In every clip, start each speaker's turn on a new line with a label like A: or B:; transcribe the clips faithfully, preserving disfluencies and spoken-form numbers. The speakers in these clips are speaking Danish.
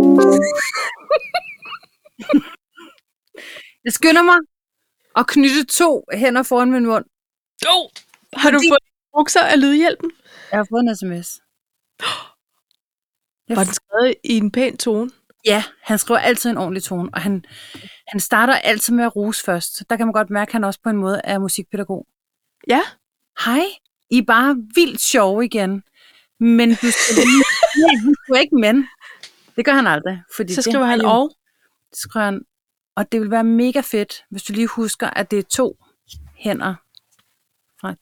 A: Jeg skynder mig at knytte to hænder foran min mund.
B: Oh, har Fordi... du fået bukser af Lydhjælpen?
A: Jeg har fået en sms.
B: Var den skrevet i en pæn tone?
A: Ja, han skriver altid en ordentlig tone, og han, han starter altid med at rose først. Der kan man godt mærke, at han også på en måde er musikpædagog.
B: Ja.
A: Hej, I er bare vildt sjove igen. Men du skal lige... Nej, du skal ikke men. Det gør han aldrig. Fordi
B: så skriver
A: det,
B: han
A: jo,
B: og?
A: Det skriver han, og det vil være mega fedt, hvis du lige husker, at det er to hænder. Fra...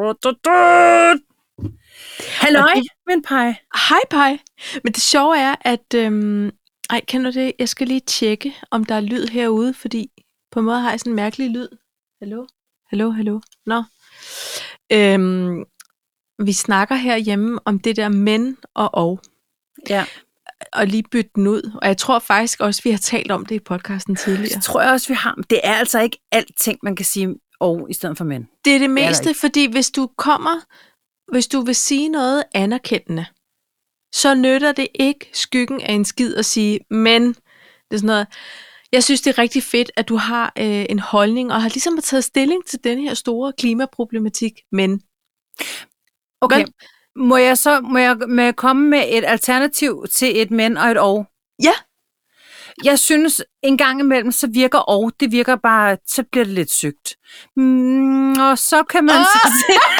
A: Halløj,
B: det...
A: min pej.
B: Hej, pej. Men det sjove er, at... Øhm... Ej, kender du det? Jeg skal lige tjekke, om der er lyd herude, fordi på en måde har jeg sådan en mærkelig lyd. Hallo? Hallo, hallo? Nå. Øhm... Vi snakker herhjemme om det der men og og.
A: Ja.
B: Og lige bytte den ud. Og jeg tror faktisk også, vi har talt om det i podcasten tidligere.
A: Det tror jeg også, vi har. Det er altså ikke alting, man kan sige og i stedet for men.
B: Det er det meste, det er fordi hvis du kommer, hvis du vil sige noget anerkendende, så nytter det ikke skyggen af en skid at sige, men det er sådan noget. Jeg synes, det er rigtig fedt, at du har øh, en holdning, og har ligesom taget stilling til den her store klimaproblematik, men...
A: Okay,
B: men,
A: må jeg så må jeg, må jeg komme med et alternativ til et men og et og?
B: Ja.
A: Jeg synes, en gang imellem, så virker og, det virker bare, så bliver det lidt sygt. Mm, og så kan man...
B: Ah!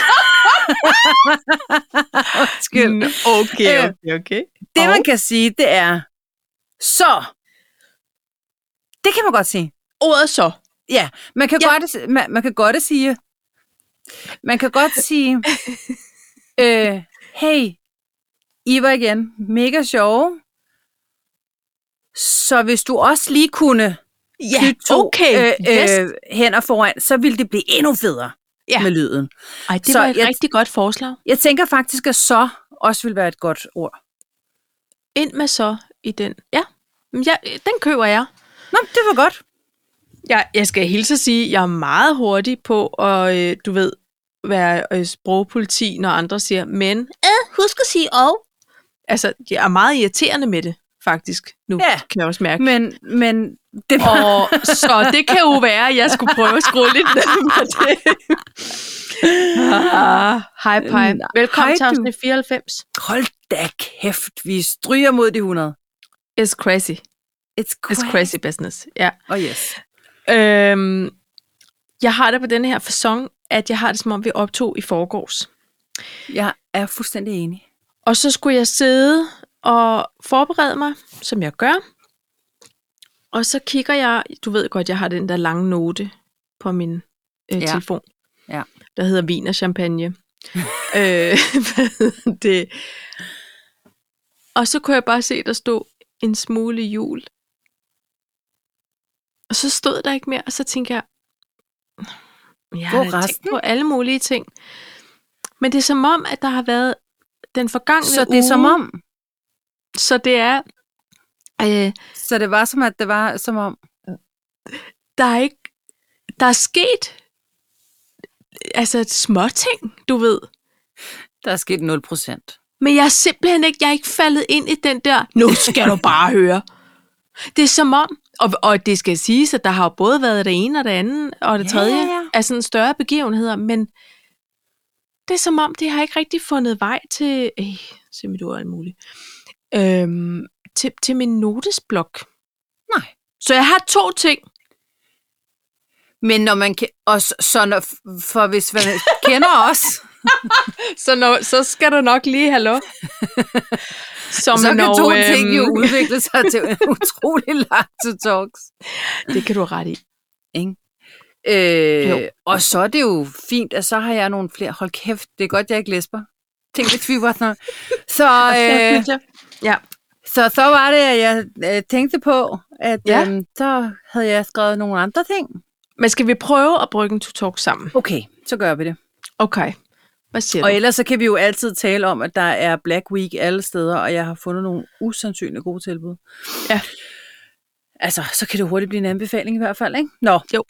A: Undskyld.
B: Okay, okay, okay.
A: Det,
B: og?
A: man kan sige, det er, så. Det kan man godt sige.
B: Ordet så.
A: Ja, man kan, ja. Godt, man, man kan godt sige, man kan godt sige, øh, hey, I var igen mega sjove, så hvis du også lige kunne
B: ja,
A: knytte to
B: okay.
A: øh,
B: yes.
A: øh, hænder foran, så ville det blive endnu federe ja. Med lyden.
B: Ej, det
A: så
B: var et
A: jeg,
B: rigtig godt forslag.
A: Jeg tænker faktisk, at så også vil være et godt ord.
B: Ind med så i den. Ja, ja den køber jeg.
A: Nå, det var godt.
B: Ja, jeg skal hilse at sige, at jeg er meget hurtig på at, øh, du ved, være øh, sprogpoliti, når andre siger, men øh, husk at sige og. Altså, jeg er meget irriterende med det, faktisk. Nu
A: ja,
B: kan jeg også mærke.
A: Men, men det var...
B: Og, så det kan jo være, at jeg skulle prøve at skrue lidt ned på det. ah, hej, Paj. Velkommen til afsnit fireoghalvfems.
A: Hold da kæft, vi stryger mod de hundrede.
B: It's crazy.
A: It's crazy.
B: It's crazy business, ja.
A: Oh yes.
B: Øhm, jeg har det på denne her facon, at jeg har det som om, vi optog i forgårs.
A: Jeg er fuldstændig enig.
B: Og så skulle jeg sidde og forberede mig, som jeg gør. Og så kigger jeg, du ved godt, jeg har den der lange note på min øh, ja. telefon,
A: ja.
B: der hedder vin og champagne. øh, det. Og så kunne jeg bare se, der stod en smule jul. Og så stod der ikke mere, og så tænkte jeg, jeg har tænkt på alle mulige ting. Men det er som om, at der har været den forgangne uge.
A: Så det er
B: uge,
A: som om?
B: Så det er... Øh,
A: så det var som, at det var som om?
B: Der er ikke... Der er sket... Altså småting, du ved.
A: Der er sket nul procent.
B: Men jeg er simpelthen ikke... Jeg er ikke faldet ind i den der... Nu skal du bare høre. Det er som om... Og, og det skal siges, at der har jo både været det ene og det andet, og det ja, tredje ja. af sådan større begivenheder, men det er som om, det har ikke rigtig fundet vej til, øh, simpelthen du er alt muligt, øhm, til, til min notesblok.
A: Nej.
B: Så jeg har to ting.
A: Men når man kan, og så, så når, for hvis man kender os,
B: så, når, så skal du nok lige have lov.
A: Som så kan når, to øhm... ting jo udvikle sig til en utrolig lang to talks.
B: Det kan du ret i.
A: Ikke? Øh, og så er det jo fint, at så har jeg nogle flere. Hold kæft, det er godt, jeg ikke læsper. Tænk lidt tvivl. Så, øh,
B: ja.
A: så så var det, at jeg øh, tænkte på, at ja. øh, så havde jeg skrevet nogle andre ting.
B: Men skal vi prøve at brygge en to talk sammen?
A: Okay, så gør vi det.
B: Okay. Hvad siger
A: og
B: du?
A: ellers så kan vi jo altid tale om, at der er Black Week alle steder, og jeg har fundet nogle usandsynligt gode tilbud.
B: Ja.
A: Altså, så kan det hurtigt blive en anbefaling i hvert fald, ikke? Nå.
B: Jo.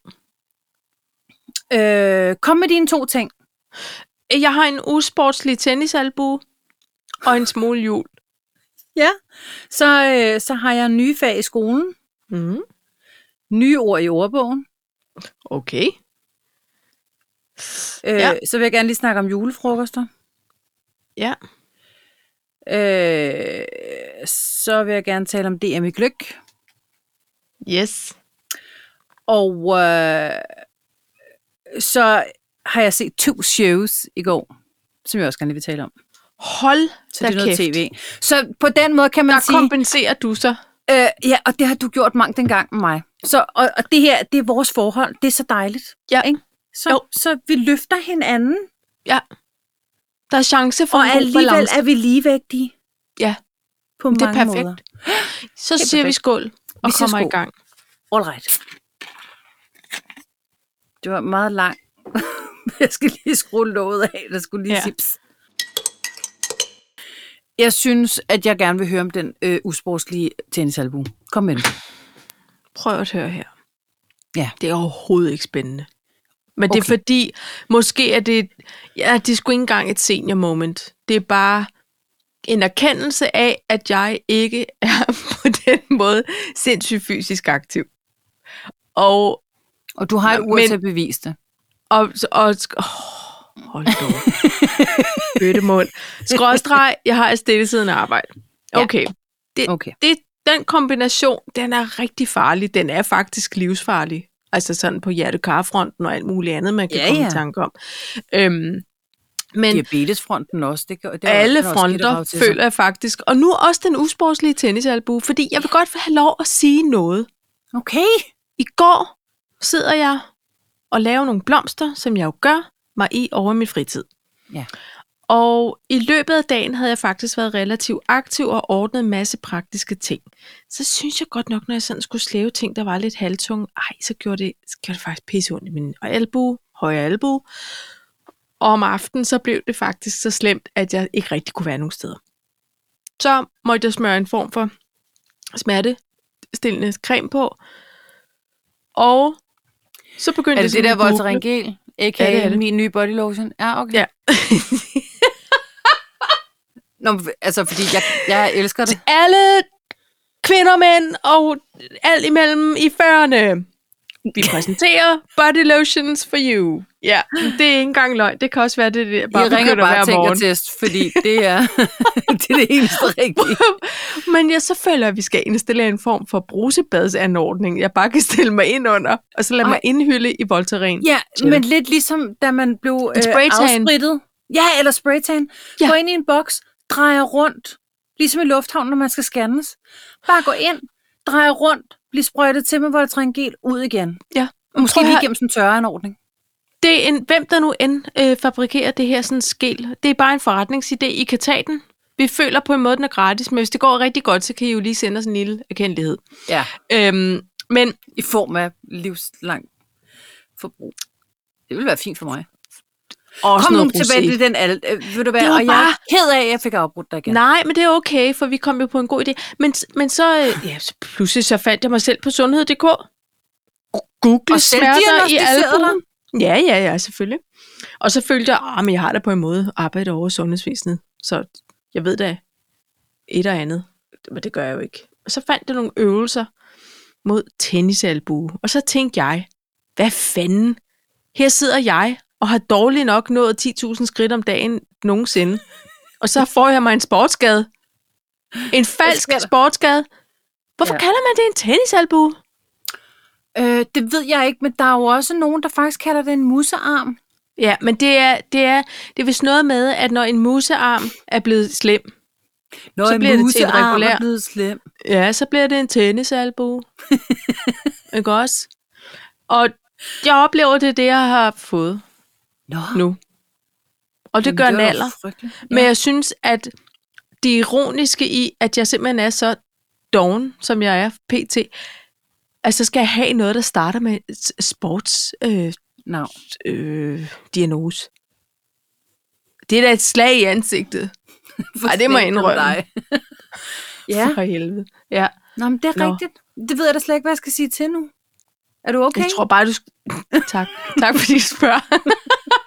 A: Øh, kom med dine to ting.
B: Jeg har en usportslig tennisalbue og en smule jul.
A: Ja, så, øh, så har jeg nye fag i skolen.
B: Mm.
A: Nye ord i ordbogen.
B: Okay.
A: Øh,
B: Ja.
A: Så vil jeg gerne lige snakke om julefrokoster.
B: Ja.
A: Øh, så vil jeg gerne tale om D M i gløgg.
B: Yes.
A: Og øh, så har jeg set to shows i går, som jeg også gerne lige vil tale om.
B: Hold
A: Så det er
B: da
A: noget
B: kæft.
A: tv. Så på den måde kan man
B: Der
A: sige...
B: kompenserer du så.
A: Øh, ja, og det har du gjort mange dengang med mig. Så, og, og det her, det er vores forhold. Det er så dejligt.
B: Ja.
A: Ikke? Så,
B: Jo.
A: så vi løfter hinanden,
B: Ja. Der er chance for
A: og
B: en god
A: alligevel
B: balance.
A: er vi ligevægtige.
B: Ja.
A: På
B: Det er
A: mange
B: perfekt.
A: måder.
B: Så
A: Det er
B: siger vi
A: perfekt.
B: skål og
A: Vi siger
B: kommer
A: skål.
B: i gang.
A: All right. Det var meget langt. Jeg skal lige skrue låget af. Der skulle lige
B: Ja.
A: ja. sige pst. Jeg synes, at jeg gerne vil høre om den øh, usportslige tennisalbue. Kom med den.
B: Prøv at høre her.
A: Ja.
B: Det er overhovedet ikke spændende. Men det er
A: Okay.
B: fordi, måske er det, ja, det er sgu ikke engang et senior moment. Det er bare en erkendelse af, at jeg ikke er på den måde sindssygt fysisk aktiv. Og,
A: Og du har et ur
B: Men-
A: til at bevise det.
B: og, og oh, hold da op. Bøttemund. Skråstreg, jeg har et stillesiddende arbejde. Okay. Det,
A: Okay.
B: det, den kombination, den er rigtig farlig. Den er faktisk livsfarlig. Altså sådan på hjertekarfronten og alt muligt andet, man kan
A: Ja,
B: komme
A: ja.
B: i tanke om. Øhm, men
A: Diabetesfronten også. Det, kan- det er
B: alle
A: den er også skidt at
B: fronter
A: rage til sig.
B: føler jeg faktisk. Og nu også den usportslige tennisalbue, fordi jeg vil godt have lov at sige noget.
A: Okay.
B: I går sidder jeg og laver nogle blomster, som jeg jo gør mig i over min fritid.
A: Ja.
B: Og i løbet af dagen havde jeg faktisk været relativt aktiv og ordnet en masse praktiske ting. Så synes jeg godt nok, når jeg sådan skulle slæve ting, der var lidt halvtunge, ej, så gjorde det, så gjorde det faktisk pisse ondt i min albue, højre albue. Og om aftenen, så blev det faktisk så slemt, at jeg ikke rigtig kunne være nogen steder. Så måtte jeg smøre en form for smertestillende creme på. Og så begyndte
A: Er det det
B: sådan
A: der
B: at google.
A: Voltaren Gel? A K
B: Ja, det er
A: A
B: det.
A: min nye body lotion? Ja, okay.
B: Ja.
A: Nå, men altså, fordi jeg, jeg elsker det.
B: Alle kvinder, mænd og alt imellem i fyrrerne. Vi præsenterer body lotions for you. Ja, det er ikke engang løgn. Det kan også være, det er bare
A: Jeg ringer
B: begynder
A: bare
B: hver
A: til
B: morgen.
A: test, fordi det er det, er det eneste rigtige.
B: Men jeg så føler, at vi skal indstille en form for brusebadsanordning, jeg bare kan stille mig ind under, og så lade
A: Ej.
B: mig indhylde i Voltaren.
A: Ja,
B: Chill.
A: men lidt ligesom, da man blev øh,
B: spraytan.
A: afsprittet. Ja, eller spraytan.
B: Ja.
A: Gå ind i en boks, drejer rundt, ligesom i lufthavnen, når man skal scannes. Bare gå ind, drejer rundt, blive sprøjtet til med Voltaren Gel, ud igen.
B: Ja.
A: Og måske
B: Prøv at
A: lige
B: høre.
A: gennem sådan en tørreanordning.
B: Det er en, hvem der nu end øh, fabrikerer det her sådan skil. Det er bare en forretningsidé. I kan tage den. Vi føler på en måde, den er gratis, men hvis det går rigtig godt, så kan I jo lige sende os en lille erkendelighed.
A: Ja.
B: Øhm, men
A: I form af livslang forbrug. Det ville være fint for mig.
B: også
A: Kom nu
B: noget
A: tilbage
B: rosé.
A: til den alder. Øh, ved du hvad?
B: Det var
A: Og jeg
B: bare-
A: er ked af, at jeg fik afbrudt dig igen.
B: Nej, men det er okay, for vi kom jo på en god idé. Men, men så, øh, ja, så pludselig så fandt jeg mig selv på sundhed punktum d k. Google
A: Og
B: smerter i
A: selvdiagnosticerede
B: albuen. Ja, ja, ja, selvfølgelig. Og så følte jeg, ah, men jeg har da på en måde arbejdet over i sundhedsvæsenet, så jeg ved da et og andet. Men det gør jeg jo ikke. Og så fandt jeg nogle øvelser mod tennisalbue. Og så tænkte jeg, hvad fanden? Her sidder jeg og har dårligt nok nået ti tusind skridt om dagen nogensinde. Og så får jeg mig en sportsskade. En falsk
A: sker der?
B: sportsskade. Hvorfor
A: Ja.
B: kalder man det en tennisalbue?
A: Øh, det ved jeg ikke, men der er jo også nogen, der faktisk kalder det en musearm.
B: Ja, men det er, det er, det er vist noget med, at når en musearm er blevet slem,
A: Når
B: Så
A: en
B: bliver det til en
A: musearm
B: regulær-
A: er blevet slem.
B: ja, så bliver det en tennisalbue. Ikke også? Og jeg oplever, det er det, jeg har fået
A: Nå,
B: nu. Og det
A: jamen,
B: gør
A: var jo
B: naller.
A: frygteligt.
B: Men jeg synes, at det ironiske i, at jeg simpelthen er så doven, som jeg er, pt. Altså skal jeg have noget, der starter med s- sports øh,
A: Nå.
B: øh, diagnose. Det er da et slag i ansigtet. Ej, det må jeg indrømme.
A: Dig. ja,
B: For helvede. Ja.
A: Nå, men det er
B: Nå.
A: rigtigt. Det ved jeg da slet ikke, hvad jeg skal sige til nu. Er du okay?
B: Jeg tror bare, du skal... tak. Tak fordi du spørger.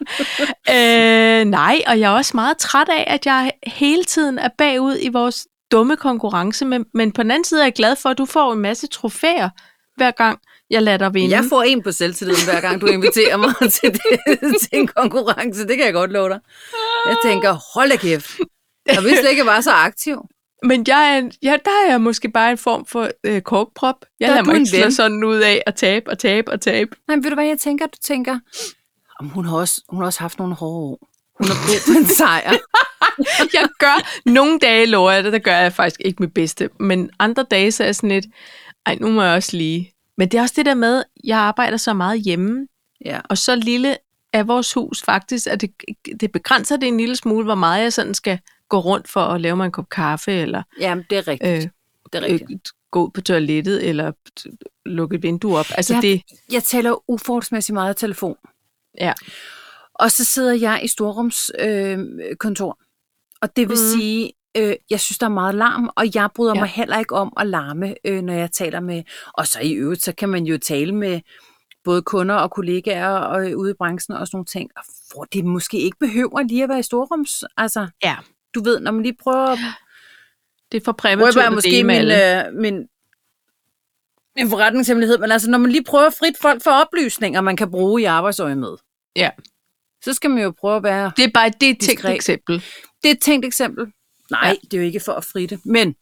B: øh, nej, og jeg er også meget træt af, at jeg hele tiden er bagud i vores dumme konkurrence, men, men på den anden side er jeg glad for, at du får en masse trofæer, hver gang jeg lader dig vinde.
A: Jeg får en på selvtilliden, hver gang du inviterer mig til, det, til en konkurrence. Det kan jeg godt love dig. Jeg tænker, hold da kæft. Jeg vidste ikke, jeg var så aktiv.
B: Men jeg er, ja, der er jeg måske bare en form for øh, korkprop. Jeg
A: Der er
B: lader mig
A: du en
B: ikke slå
A: ven.
B: sådan ud af at tabe og tabe og tabe.
A: Nej, men ved du hvad jeg tænker? Du tænker, om hun har også, hun har også haft nogle hårde år. Hun har brug for en sejr.
B: Jeg gør, nogle dage lover jeg det, der gør jeg faktisk ikke mit bedste. Men andre dage, så er jeg sådan lidt, ej, nu må jeg også lige. Men det er også det der med, jeg arbejder så meget hjemme,
A: Ja.
B: og så lille er vores hus faktisk, at det, det begrænser det en lille smule, hvor meget jeg sådan skal gå rundt for at lave mig en kop kaffe, eller
A: Jamen, det er rigtigt.
B: øh,
A: det er rigtigt.
B: øh, gå ud på toilettet, eller lukke et vindue op. Altså
A: jeg,
B: det,
A: jeg taler uforholdsmæssigt meget i telefon.
B: ja.
A: Og så sidder jeg i storrumskontor. Øh, kontor. og det vil mm. sige, øh, jeg synes, der er meget larm, og jeg bryder ja. mig heller ikke om at larme, øh, når jeg taler med. Og så i øvrigt, så kan man jo tale med både kunder og kollegaer og, øh, ude i branchen og sådan nogle ting, hvor det måske ikke behøver lige at være i storrums. Altså,
B: ja.
A: du ved, når man lige prøver...
B: Det er for præmaturt
A: at måske min, øh, min, min forretningshemmelighed, men altså, når man lige prøver frit folk for oplysninger, man kan bruge i arbejdsøje med.
B: Ja.
A: Så skal man jo prøve at være...
B: Det er bare det er et tænkt eksempel.
A: Det er et tænkt eksempel. Nej, ja. Det er jo ikke for at fritte. Men,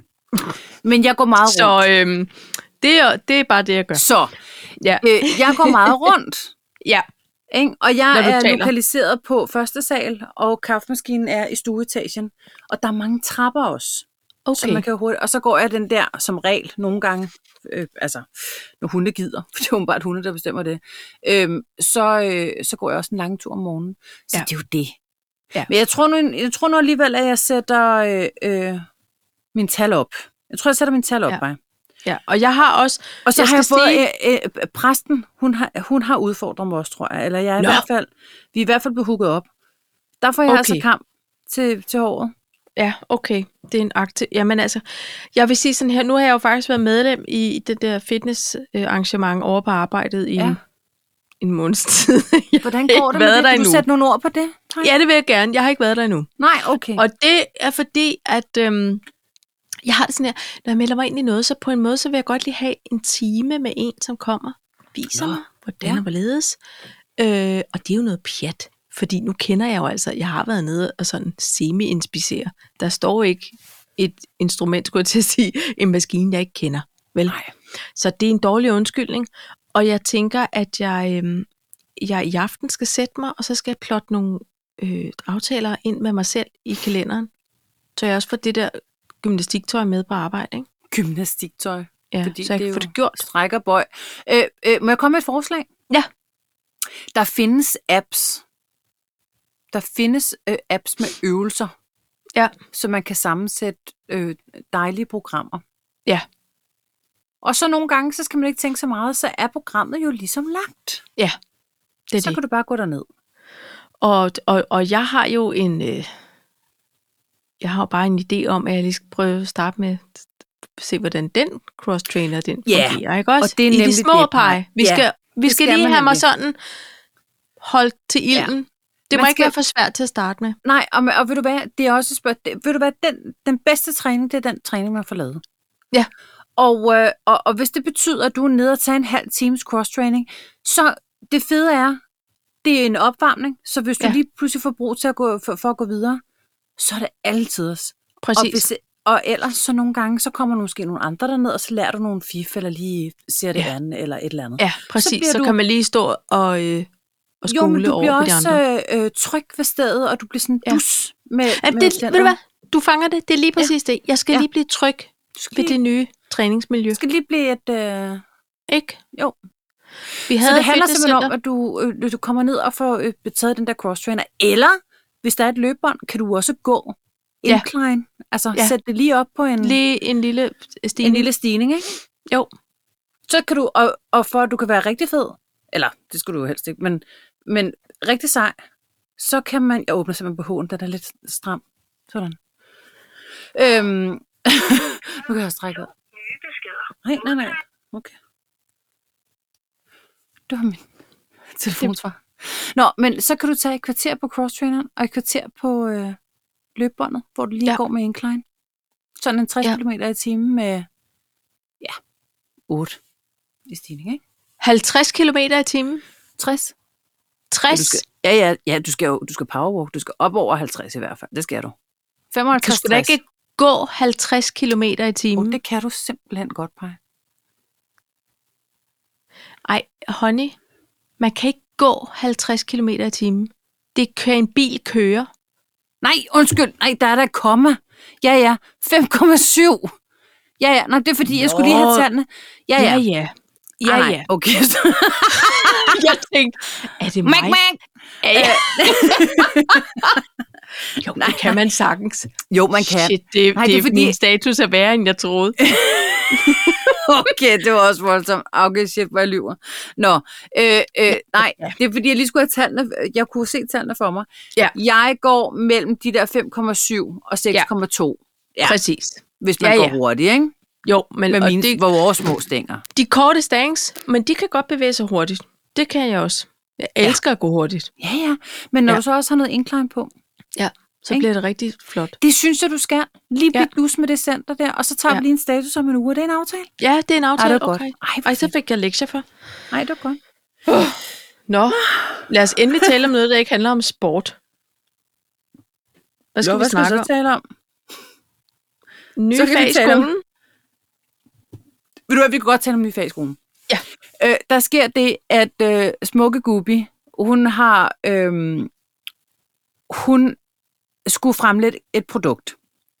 A: men jeg går meget rundt.
B: Så øhm, det, er, det er bare det, jeg gør.
A: Så,
B: ja.
A: øh, jeg går meget rundt.
B: Ja.
A: Ikke? Og jeg er
B: taler.
A: lokaliseret på første sal, og kaffemaskinen er i stueetagen. Og der er mange trapper også.
B: Okay.
A: Så man kan hurtigt, og så går jeg den der som regel nogle gange, øh, altså når hunde gider, for det er jo bare hunde, der bestemmer det, øh, så, øh, så går jeg også en lang tur om morgenen. Så ja. Det er jo det.
B: Ja.
A: Men jeg tror, nu, jeg tror nu alligevel, at jeg sætter øh, øh, min tal op. Jeg tror, jeg sætter min tal op,
B: ja.
A: bare.
B: Ja, og jeg har også...
A: Og så
B: jeg
A: har jeg fået
B: sige...
A: øh, øh, præsten, hun har, hun har udfordret mig også, tror jeg. Eller jeg er i
B: Nå.
A: hvert fald, vi er i hvert fald blevet hooket op. Der får jeg
B: okay.
A: altså kamp til, til håret.
B: Ja, okay. Det er en aktiv... Jamen altså, jeg vil sige sådan her, nu har jeg jo faktisk været medlem i det der fitness-arrangement over på arbejdet i ja. en, en måneds tid.
A: Hvordan går det med det? Kan du sætte nogle ord på det?
B: Tak. Ja, det vil jeg gerne. Jeg har ikke været der endnu.
A: Nej, okay.
B: Og det er fordi, at øhm, jeg har det sådan her, når jeg melder mig ind i noget, så på en måde, så vil jeg godt lige have en time med en, som kommer, viser Nå. mig, hvordan ja. og hvorledes. Øh, og det er jo noget pjat. Fordi nu kender jeg jo altså, jeg har været nede og sådan semi-inspicere. Der står ikke et instrument, skulle jeg til at sige, en maskine, jeg ikke kender. Vel?
A: Nej.
B: Så det er en dårlig undskyldning. Og jeg tænker, at jeg, øh, jeg i aften skal sætte mig, og så skal jeg plotte nogle øh, aftaler ind med mig selv i kalenderen. Så jeg også får det der gymnastiktøj med på arbejde, ikke?
A: Gymnastiktøj?
B: Ja,
A: fordi
B: så jeg
A: det
B: kan få det gjort.
A: Strækker bøj. Øh, øh, må jeg komme med et forslag?
B: Ja.
A: Der findes apps. Der findes øh, apps med øvelser,
B: ja.
A: så man kan sammensætte øh, dejlige programmer.
B: Ja.
A: Og så nogle gange, så skal man ikke tænke så meget, så er programmet jo ligesom lagt.
B: Ja, det er
A: så
B: det.
A: kan du bare gå derned.
B: Og, og, og jeg har jo en... Øh, jeg har jo bare en idé om, at jeg lige skal prøve at starte med se, hvordan den cross-trainer, den
A: yeah.
B: fungerer, ikke også?
A: Og det er
B: I
A: nemlig
B: de små
A: det,
B: pege. Vi skal,
A: ja,
B: vi skal, skal lige have mig sådan holdt til ilden. Ja. Det må
A: Man
B: ikke
A: skal...
B: være for svært til at starte med.
A: Nej, og, og ved du hvad, det er også spørg... det, ved du hvad, den, den bedste træning, det er den træning, man får lavet.
B: Ja.
A: Og, øh, og, og hvis det betyder, at du er nede og tager en halv times cross-training, så det fede er, det er en opvarmning, så hvis du ja. lige pludselig får brug til at gå, for, for at gå videre, så er det altid.
B: Præcis.
A: Og, hvis, og ellers så nogle gange, så kommer der måske nogle andre derned, og så lærer du nogle fif, eller lige ser det ja. andet, eller et eller andet.
B: Ja, præcis. Så, så
A: du...
B: kan man lige stå og... Øh, og skole
A: jo, men du bliver
B: over også
A: på de andre. Øh, tryg ved stedet, og du bliver sådan ja. dus med,
B: ja,
A: med
B: det, ved du hvad? Du fanger det. Det er lige præcis ja. det. Jeg skal ja. lige blive tryg ved lige... det nye træningsmiljø.
A: Det skal lige blive et... Øh...
B: Ikke?
A: Jo.
B: Vi havde
A: så det handler simpelthen om, at du, øh, du kommer ned og får øh, betaget den der cross-trainer. Eller, hvis der er et løbebånd, kan du også gå incline. Ja. Altså, ja. sæt det lige op på en...
B: Lige en lille stigning.
A: En lille stigning, ikke?
B: Jo.
A: Så kan du... Og, og for at du kan være rigtig fed, eller, det skulle du jo helst ikke, men... Men rigtig sej, så kan man... Jeg åbner simpelthen på H'en, den er lidt stram. Sådan. Øhm, nu kan jeg strække ud. Nej, nej, nej. Okay. Det var min telefonsvar. Nå, men så kan du tage et kvarter på cross-traineren, og et kvarter på øh, løbebåndet, hvor du lige ja. går med incline. sådan en tres
B: Ja.
A: kilometer i timen med, ja, otte i stigning, ikke?
B: halvtreds kilometer i timen?
A: tres. Ja,
B: tres?
A: du skal, ja, ja, ja, du skal jo du skal powerwalk. Du skal op over halvtreds i hvert fald. Det skal du. femoghalvtreds,
B: Du skal da ikke gå halvtreds kilometer i timen?
A: Oh, det kan du simpelthen godt, Paj.
B: Ej, honey, man kan ikke gå halvtreds kilometer i timen. Det kan en bil køre.
A: Nej, undskyld. Nej, der er der et komma. Ja, ja. fem komma syv. Ja, ja. Nå, det er fordi, Nå. jeg skulle lige have tallene. Ja, ja.
B: Ja, ja. Ja,
A: ah,
B: ja.
A: Okay.
B: Jeg tænkte, er det mig?
A: Mang, mang.
B: Ja, ja. Jo, det kan man sagtens.
A: Jo, man kan.
B: Shit, det,
A: Nej,
B: det,
A: det er
B: er
A: fordi-
B: min status er værre, end jeg troede.
A: Okay, det var også voldsomt. Okay, shit, hvor jeg lyver. Nå, øh, øh, nej, det er fordi, jeg lige skulle have tallene. Jeg kunne se tallene for mig.
B: Ja.
A: Jeg går mellem de der fem komma syv og seks komma to. Ja.
B: Præcis.
A: Hvis man
B: Ja,
A: går
B: ja.
A: hurtigt, ikke?
B: Jo, men
A: Med
B: og
A: mine,
B: det,
A: hvor vores små stænger.
B: de korte stængs, men de kan godt bevæge sig hurtigt. Det kan jeg også. Jeg elsker ja. at gå hurtigt.
A: Ja, ja. Men når
B: Ja.
A: du så også har noget incline på,
B: Ja, så
A: Ikke?
B: bliver det rigtig flot.
A: det synes jeg, du skal. Lige blive
B: Ja.
A: ja. dus med det center der, og så tager
B: Ja.
A: vi lige en status om en uge. Det er en aftale.
B: Ja, det er en aftale.
A: Ej, det var godt.
B: Okay.
A: Ej, hvor
B: Ej, så
A: fedt.
B: fik jeg lektier for.
A: Nej, det var godt.
B: Nå, lad os endelig tale om noget, der ikke handler om sport. Hvad skal
A: Nå,
B: vi
A: hvad skal vi
B: snakke
A: så
B: om?
A: tale om?
B: Nye
A: Så kan vi
B: fag i
A: tale om-
B: skolen?
A: Ved du hvad, vi kan godt tale om nye fag i skolen.
B: Ja.
A: Øh, der sker det, at øh, smukke Gubi, hun har, øh, hun skulle fremlægge et produkt.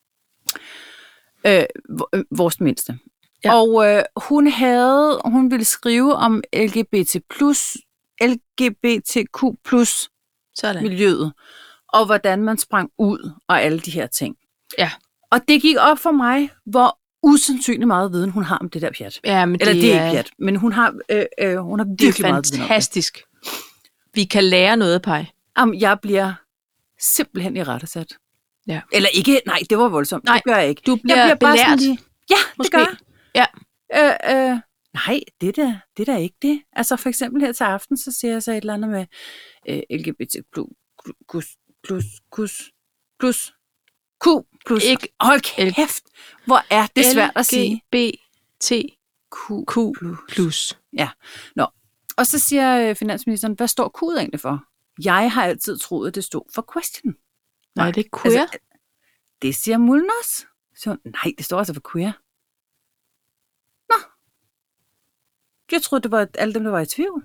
A: Øh, v- øh, vores mindste.
B: Ja.
A: Og øh, hun havde, hun ville skrive om L G B T plus, L G B T Q plus
B: Sådan.
A: miljøet, og hvordan man sprang ud, og alle de her ting.
B: Ja.
A: Og det gik op for mig, hvor usandsynligt meget viden hun har om det der pjat.
B: Ja, men
A: Eller
B: det,
A: det er
B: er,
A: ikke pjat, men hun har, øh, øh, hun har
B: det er
A: virkelig meget viden om det.
B: fantastisk. Vi kan lære noget, Paj.
A: Jamen, jeg bliver simpelthen i rettesat.
B: Ja.
A: Eller ikke, nej, det var voldsomt.
B: Nej,
A: det gør jeg ikke.
B: Du bliver,
A: jeg bliver bare
B: belært.
A: sådan lige, ja,
B: Måske.
A: det gør jeg.
B: Ja.
A: Øh, øh, nej, det er, da, det er da ikke det. Altså for eksempel her til aften, så siger jeg så et eller andet med øh, L G B T plus, plus, plus, plus, plus, Q plus.
B: Ikke
A: Hold kæft, hvor er det svært at sige.
B: L G B T
A: Q
B: Q plus.
A: Ja, nå. Og så siger øh, finansministeren, hvad står Q'et egentlig for? Jeg har altid troet, at det stod for question.
B: Nej, det er queer.
A: Altså, det siger Mullen også. Så, nej, det står altså for queer. Nå. Jeg troede, det var alle dem, der var i tvivl.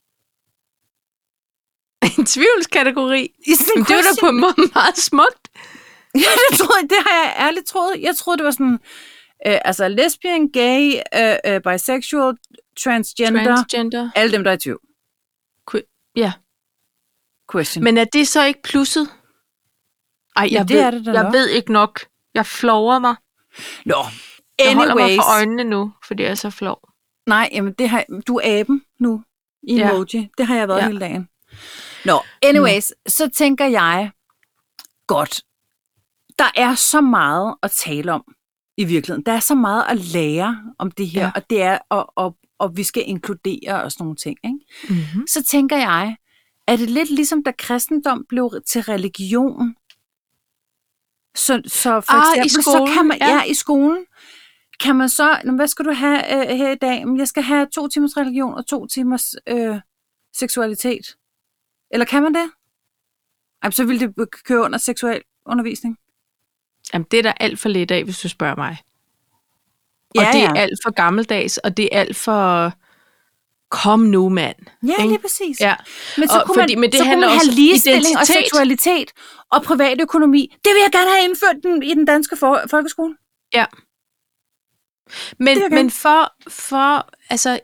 B: En tvivlskategori.
A: I sådan
B: Men det var da på en måde meget smukt.
A: Ja, det, troede, jeg- det har jeg ærligt troet. Jeg troede, det var sådan, øh, altså lesbian, gay, øh, øh, bisexual, transgender,
B: Transgender.
A: alle dem, der er i tvivl.
B: Que- ja.
A: Question.
B: Men er det så ikke plusset? Ej,
A: Ja,
B: jeg,
A: det
B: ved,
A: er det da
B: jeg
A: nok.
B: ved ikke nok. Jeg flover mig.
A: Nå,
B: Jeg holder mig
A: anyways.
B: for øjnene nu, fordi jeg er så flov.
A: Nej, jamen det har, du er aben nu i
B: Ja.
A: emoji. Det har jeg været
B: Ja.
A: hele dagen. Nå, anyways, så tænker jeg, godt, der er så meget at tale om i virkeligheden. Der er så meget at lære om det her,
B: Ja.
A: ja. og det er, og, og, og vi skal inkludere og sådan nogle ting. Ikke?
B: Mm-hmm.
A: Så tænker jeg, er det lidt ligesom, da kristendom blev til religion? Så, så for
B: Ah, i
A: eksempel, så
B: skolen,
A: kan man,
B: ja.
A: ja, i skolen, kan man så, "Nå, hvad skal du have øh, her i dag? "Jamen, jeg skal have to timers religion og to timers øh, seksualitet. Eller kan man det? Jamen, så vil det køre under seksuel undervisning.
B: Jamen, det er der alt for lidt af, hvis du spørger mig. Og
A: Ja,
B: det er
A: ja.
B: alt for gammeldags, og det er alt for... Kom nu, mand.
A: Ja,
B: Ikke?
A: lige præcis.
B: Ja.
A: Men så
B: Og
A: kunne
B: fordi-
A: man,
B: men det
A: så kunne
B: handler
A: man
B: også
A: have
B: om
A: ligestilling og
B: identitet.
A: seksualitet og privatøkonomi. Det vil jeg gerne have indført den, i den danske for, folkeskole.
B: Ja. Men,
A: Det vil jeg gerne.
B: men for, for, altså,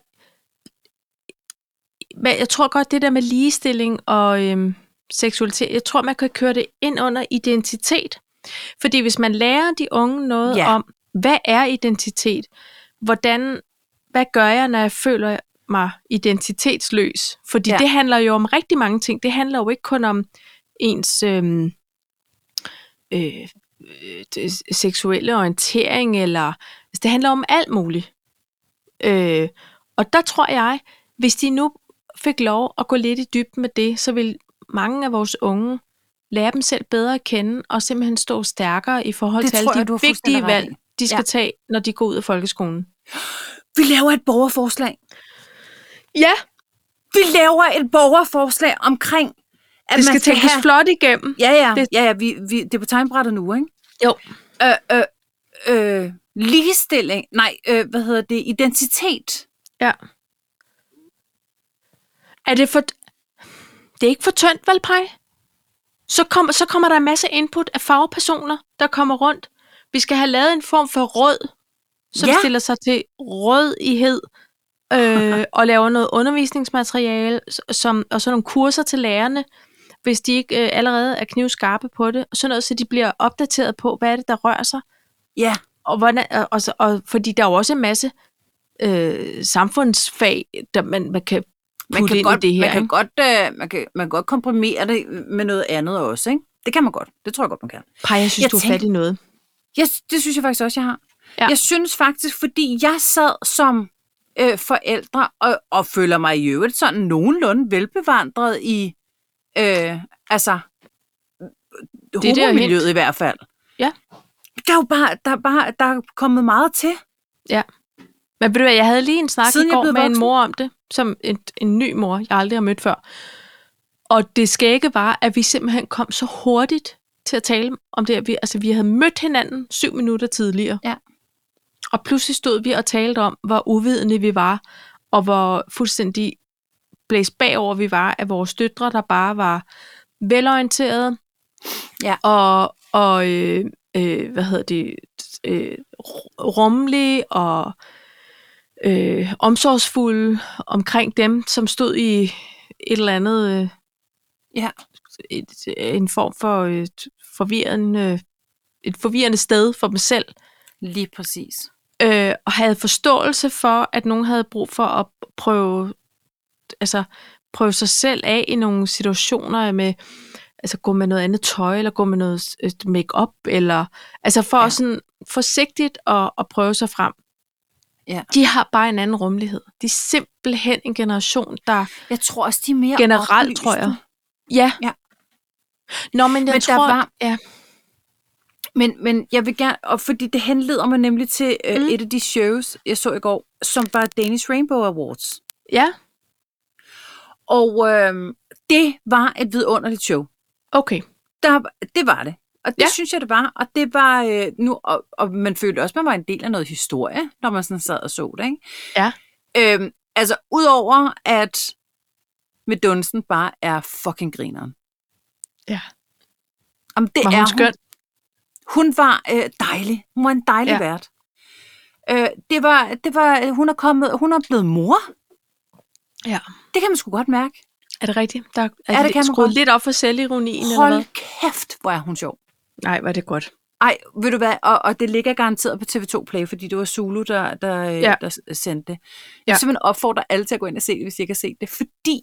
B: men jeg tror godt, det der med ligestilling og øhm, seksualitet, jeg tror, man kan køre det ind under identitet. Fordi hvis man lærer de unge noget
A: Ja.
B: om, hvad er identitet? Hvordan, hvad gør jeg, når jeg føler mig identitetsløs? Fordi
A: Ja.
B: det handler jo om rigtig mange ting. Det handler jo ikke kun om ens øhm, øh, øh, seksuelle orientering, eller altså, det handler om alt muligt. Øh, og der tror jeg, hvis de nu fik lov at gå lidt i dybden med det, så vil mange af vores unge lære dem selv bedre at kende, og simpelthen stå stærkere i forhold
A: Det
B: til
A: tror
B: alle
A: jeg, du
B: de
A: har fuldstændig
B: vigtige
A: ret
B: valg,
A: i.
B: de skal
A: Ja.
B: tage, når de går ud af folkeskolen.
A: Vi laver et borgerforslag.
B: Ja,
A: Vi laver et borgerforslag omkring, at
B: det skal
A: man skal
B: tænkes
A: have...
B: flot igennem.
A: Ja, ja,
B: Det-
A: ja, ja vi, vi, det er på tegnbrættet nu, ikke?
B: Jo.
A: Øh, øh, øh, ligestilling, nej, øh, hvad hedder det, identitet.
B: Ja. Er det for... Det er ikke for tyndt, vel, Paj? Så, kom, så kommer der en masse input af fagpersoner, der kommer rundt. Vi skal have lavet en form for råd, som
A: Ja.
B: stiller sig til rådighed, øh, og laver noget undervisningsmateriale, som, og så nogle kurser til lærerne, hvis de ikke øh, allerede er knivskarpe på det, og sådan noget, så de bliver opdateret på, hvad er det, der rører sig.
A: Ja,
B: Og, hvordan, og, og, og fordi der er jo også en masse øh, samfundsfag, der man, man kan
A: man
B: putte
A: kan,
B: ind
A: godt,
B: i det her.
A: man, kan
B: ikke?
A: godt, øh, man, kan, man kan godt komprimere det med noget andet også, ikke? Det kan man godt. Det tror jeg godt, man kan.
B: Paj, jeg synes,
A: Jeg
B: du er
A: tænker-
B: fat i noget.
A: Jeg, det synes jeg faktisk også, jeg har.
B: Ja.
A: Ja. Jeg synes faktisk, fordi jeg sad som øh, forældre og, og føler mig i øvrigt sådan nogenlunde velbevandret i øh, altså
B: Det er det, jeg
A: homomiljøet i hvert fald.
B: Ja.
A: Der er jo bare, der er bare der er kommet meget til.
B: Ja. Men ved du hvad, jeg havde lige en snak
A: Siden
B: i
A: jeg
B: går
A: blev
B: med en
A: voksen.
B: mor om det, som en, en ny mor, jeg aldrig har mødt før. Og det skægge var, at vi simpelthen kom så hurtigt til at tale om det. Vi, altså, vi havde mødt hinanden syv minutter tidligere.
A: Ja.
B: Og pludselig stod vi og talte om, hvor uvidende vi var, og hvor fuldstændig blæst bagover vi var af vores døtre, der bare var velorienterede,
A: Ja.
B: og, og øh, øh, hvad hedder det, øh, rummelige og øh, omsorgsfulde omkring dem, som stod i et eller andet, øh,
A: Ja.
B: et, en form for øh, forvirrende, et forvirrende sted for dem selv,
A: Lige præcis.
B: øh, og havde forståelse for, at nogen havde brug for at prøve, altså prøve sig selv af i nogle situationer med, altså gå med noget andet tøj, eller gå med noget øh, make-up, eller altså for
A: Ja.
B: ja. sådan forsigtigt at, at prøve sig frem.
A: Ja.
B: De har bare en anden rummelighed. De er simpelthen en generation, der
A: Jeg tror også, de er mere
B: generelt,
A: oplyste.
B: tror jeg. Ja.
A: Ja.
B: Nå, men jeg
A: Men der
B: tror,
A: var-
B: ja.
A: Men, men jeg vil gerne, og fordi det henleder mig nemlig til øh,
B: Mm.
A: et af de shows, jeg så i går, som var Danish Rainbow Awards.
B: Ja,
A: Og øh, det var et vidunderligt show.
B: okay.
A: Der, det var det. Og det
B: Ja.
A: ja. synes jeg, det var. Og det var øh, nu, og, og man følte også, at man var en del af noget historie, når man sådan sad og så det, ikke?
B: Ja.
A: Øhm, altså, udover at med Dunsten bare er fucking grineren.
B: Ja.
A: Jamen, det
B: Var
A: er
B: hun
A: hun.
B: skøn?
A: Hun var øh, dejlig. Hun var en dejlig
B: Ja.
A: ja. vært. Øh, det var, det var, hun er kommet, hun er blevet mor.
B: Ja.
A: Det kan man sgu godt mærke.
B: Er det rigtigt? Der er,
A: Ja,
B: er
A: det
B: det
A: kan man
B: skruet
A: godt.
B: lidt op for selvironien, eller
A: Hold
B: hvad?
A: kæft, hvor er hun sjov.
B: Nej, var det godt.
A: Ej, ved du hvad, og, og det ligger garanteret på T V to Play, fordi det var Zulu, der, der,
B: Ja.
A: ja. der sendte det. Jeg
B: Ja.
A: vil simpelthen opfordre alle til at gå ind og se det, hvis I ikke har set det, fordi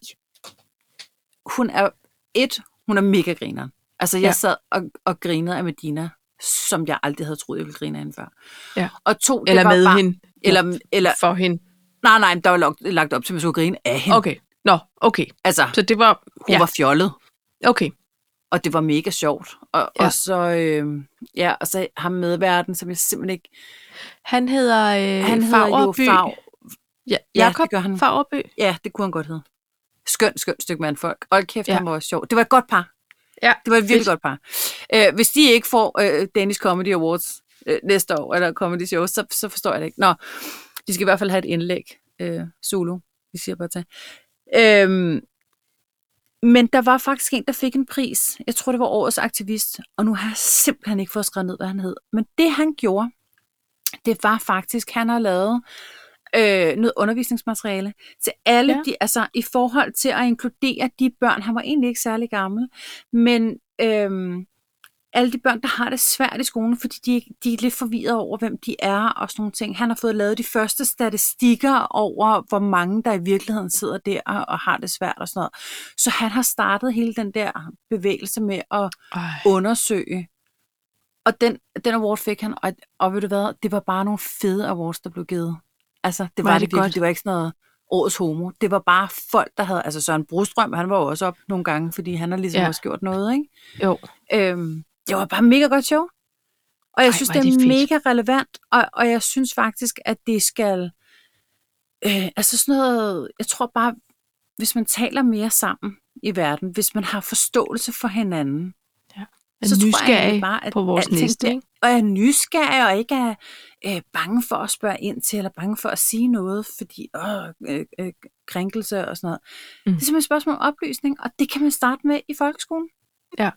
A: hun er, et, hun er mega grineren. Altså, jeg
B: Ja.
A: ja. sad og, og grinede af Medina, som jeg aldrig havde troet, jeg ville grine af hende før.
B: Ja.
A: Og to, det
B: Eller
A: var
B: med
A: bare,
B: hende.
A: Eller, eller,
B: For hende.
A: nej, nej, der var lagt, lagt op til, at man skulle grine af hende.
B: Okay. Nå, okay.
A: Altså,
B: Så det var...
A: hun
B: Ja,
A: var fjollet.
B: okay.
A: Og det var mega sjovt. Og,
B: Ja.
A: og så, øh, ja, og så ham medverden, som jeg simpelthen ikke...
B: Han hedder øh,
A: Han hedder jo
B: Fagerby.
A: Fav.
B: Ja,
A: Ja,
B: Jakob
A: det gør han.
B: Fagerby.
A: Ja, det kunne han godt hedde. Skønt, skønt stykke mandfolk. Hold kæft,
B: Ja.
A: ja. han var også sjov. Det var et godt par.
B: Ja,
A: Det var et virkelig
B: fedt.
A: godt par. Øh, hvis de ikke får øh, Danish Comedy Awards øh, næste år, eller Comedy Show, så, så forstår jeg det ikke. Nå, de skal i hvert fald have et indlæg. Øh, Zulu, vi siger bare til. Øhm, men der var faktisk en, der fik en pris. Jeg tror, det var årets aktivist. Og nu har jeg simpelthen ikke fået skrevet ned, hvad han hed. Men det, han gjorde, det var faktisk, han har lavet øh, noget undervisningsmateriale til alle
B: Ja.
A: ja. de, altså i forhold til at inkludere de børn. Han var egentlig ikke særlig gammel, men øhm, alle de børn, der har det svært i skolen, fordi de, de er lidt forvirrede over, hvem de er og sådan nogle ting. Han har fået lavet de første statistikker over, hvor mange der i virkeligheden sidder der og har det svært og sådan noget. Så han har startet hele den der bevægelse med at
B: Ej.
A: undersøge. Og den, den award fik han, og, og ved du hvad, det var bare nogle fede awards, der blev givet. Altså, det
B: Hvor
A: var
B: er
A: det
B: det
A: virkelig.
B: godt.
A: Det var ikke sådan noget årets homo. Det var bare folk, der havde... Altså Søren Brostrøm, han var jo også op nogle gange, fordi han har ligesom ja. også gjort noget, ikke?
B: Jo.
A: Øhm, det var bare mega godt show. Og jeg
B: Ej,
A: synes,
B: hvor
A: det
B: er
A: er,
B: det fedt.
A: mega relevant, og, og jeg synes faktisk, at det skal... Øh, altså sådan noget... Jeg tror bare, hvis man taler mere sammen i verden, hvis man har forståelse for hinanden,
B: Ja.
A: så tror jeg
B: nysgerrig
A: egentlig bare, at
B: på vores
A: alting
B: næste,
A: der-
B: ikke?
A: og er nysgerrig, og ikke er øh, bange for at spørge ind til, eller bange for at sige noget, fordi åh, øh, øh, krænkelse og sådan noget.
B: Mm.
A: Det er simpelthen et spørgsmål om oplysning, og det kan man starte med i folkeskolen.
B: Ja.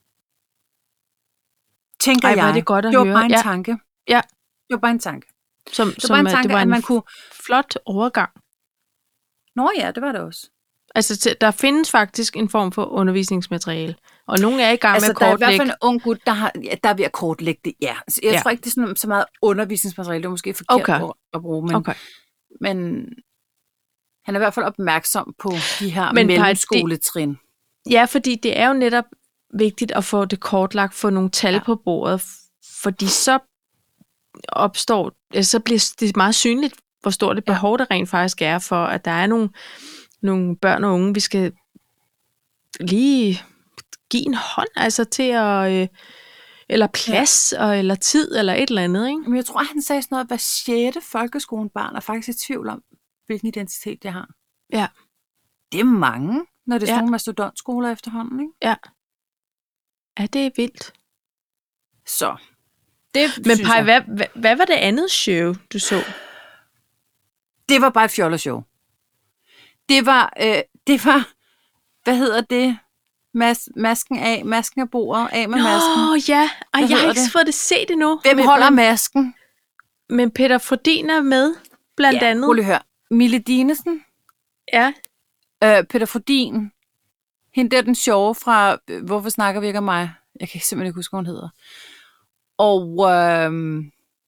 A: Tænker
B: Ej, hvor
A: jeg.
B: er det godt at
A: det var
B: høre.
A: bare en
B: Ja.
A: tanke.
B: Ja.
A: Det var bare en tanke.
B: Som,
A: Det var
B: som
A: bare en
B: at
A: tanke,
B: det var
A: at
B: en
A: man kunne...
B: flot overgang.
A: Nå ja, det var det også.
B: Altså, til- der findes faktisk en form for undervisningsmateriale, og nogle er i gang
A: Altså,
B: med
A: der
B: at
A: er i hvert
B: kortlægge.
A: fald en ung gut, der, har, ja, der er ved at kortlægge det, ja. Altså, jeg
B: Ja.
A: ja. tror ikke, det er sådan så meget undervisningsmateriale. Det er måske forkert
B: Okay.
A: ord at bruge, men,
B: Okay.
A: men han er i hvert fald opmærksom på de her
B: Men Paj,
A: mellemskoletrin.
B: Ja, fordi det er jo netop vigtigt at få det kortlagt, få nogle tal ja.
A: Ja.
B: på bordet, f- fordi så opstår, altså, så bliver det meget synligt, hvor stort et
A: Ja.
B: behov der rent faktisk er for, at der er nogle, nogle børn og unge, vi skal lige give en hånd, altså til at, øh, eller plads, ja. og, eller tid, eller et eller andet, ikke?
A: Men jeg tror, han sagde sådan noget, at hver sjette folkeskolebarn er faktisk i tvivl om, hvilken identitet jeg har.
B: Ja.
A: Det er mange, når det er sådan
B: Ja.
A: nogle mastodontskoler efterhånden, ikke?
B: Ja. Ja, det er vildt.
A: Så. Det
B: Men
A: synes
B: Paj,
A: jeg.
B: hvad, hvad, hvad var det andet show, du så?
A: Det var bare et fjolleshow. Det var, øh, det var, hvad hedder det? Mas- masken af, masken af bordet, af med masken.
B: Nå, ja. Ej,
A: Hvad
B: jeg har
A: hedder
B: ikke
A: det?
B: fået det set endnu.
A: Hvem
B: men,
A: holder
B: men,
A: masken?
B: men Peter Frodin er med, blandt
A: Ja,
B: andet.
A: prøv lige at høre. Mille Dinesen,
B: Ja.
A: øh, Peter Frodin, hende der den sjove fra, øh, hvorfor snakker vi ikke om mig? Jeg kan simpelthen ikke huske, hvad hun hedder. Og øhm,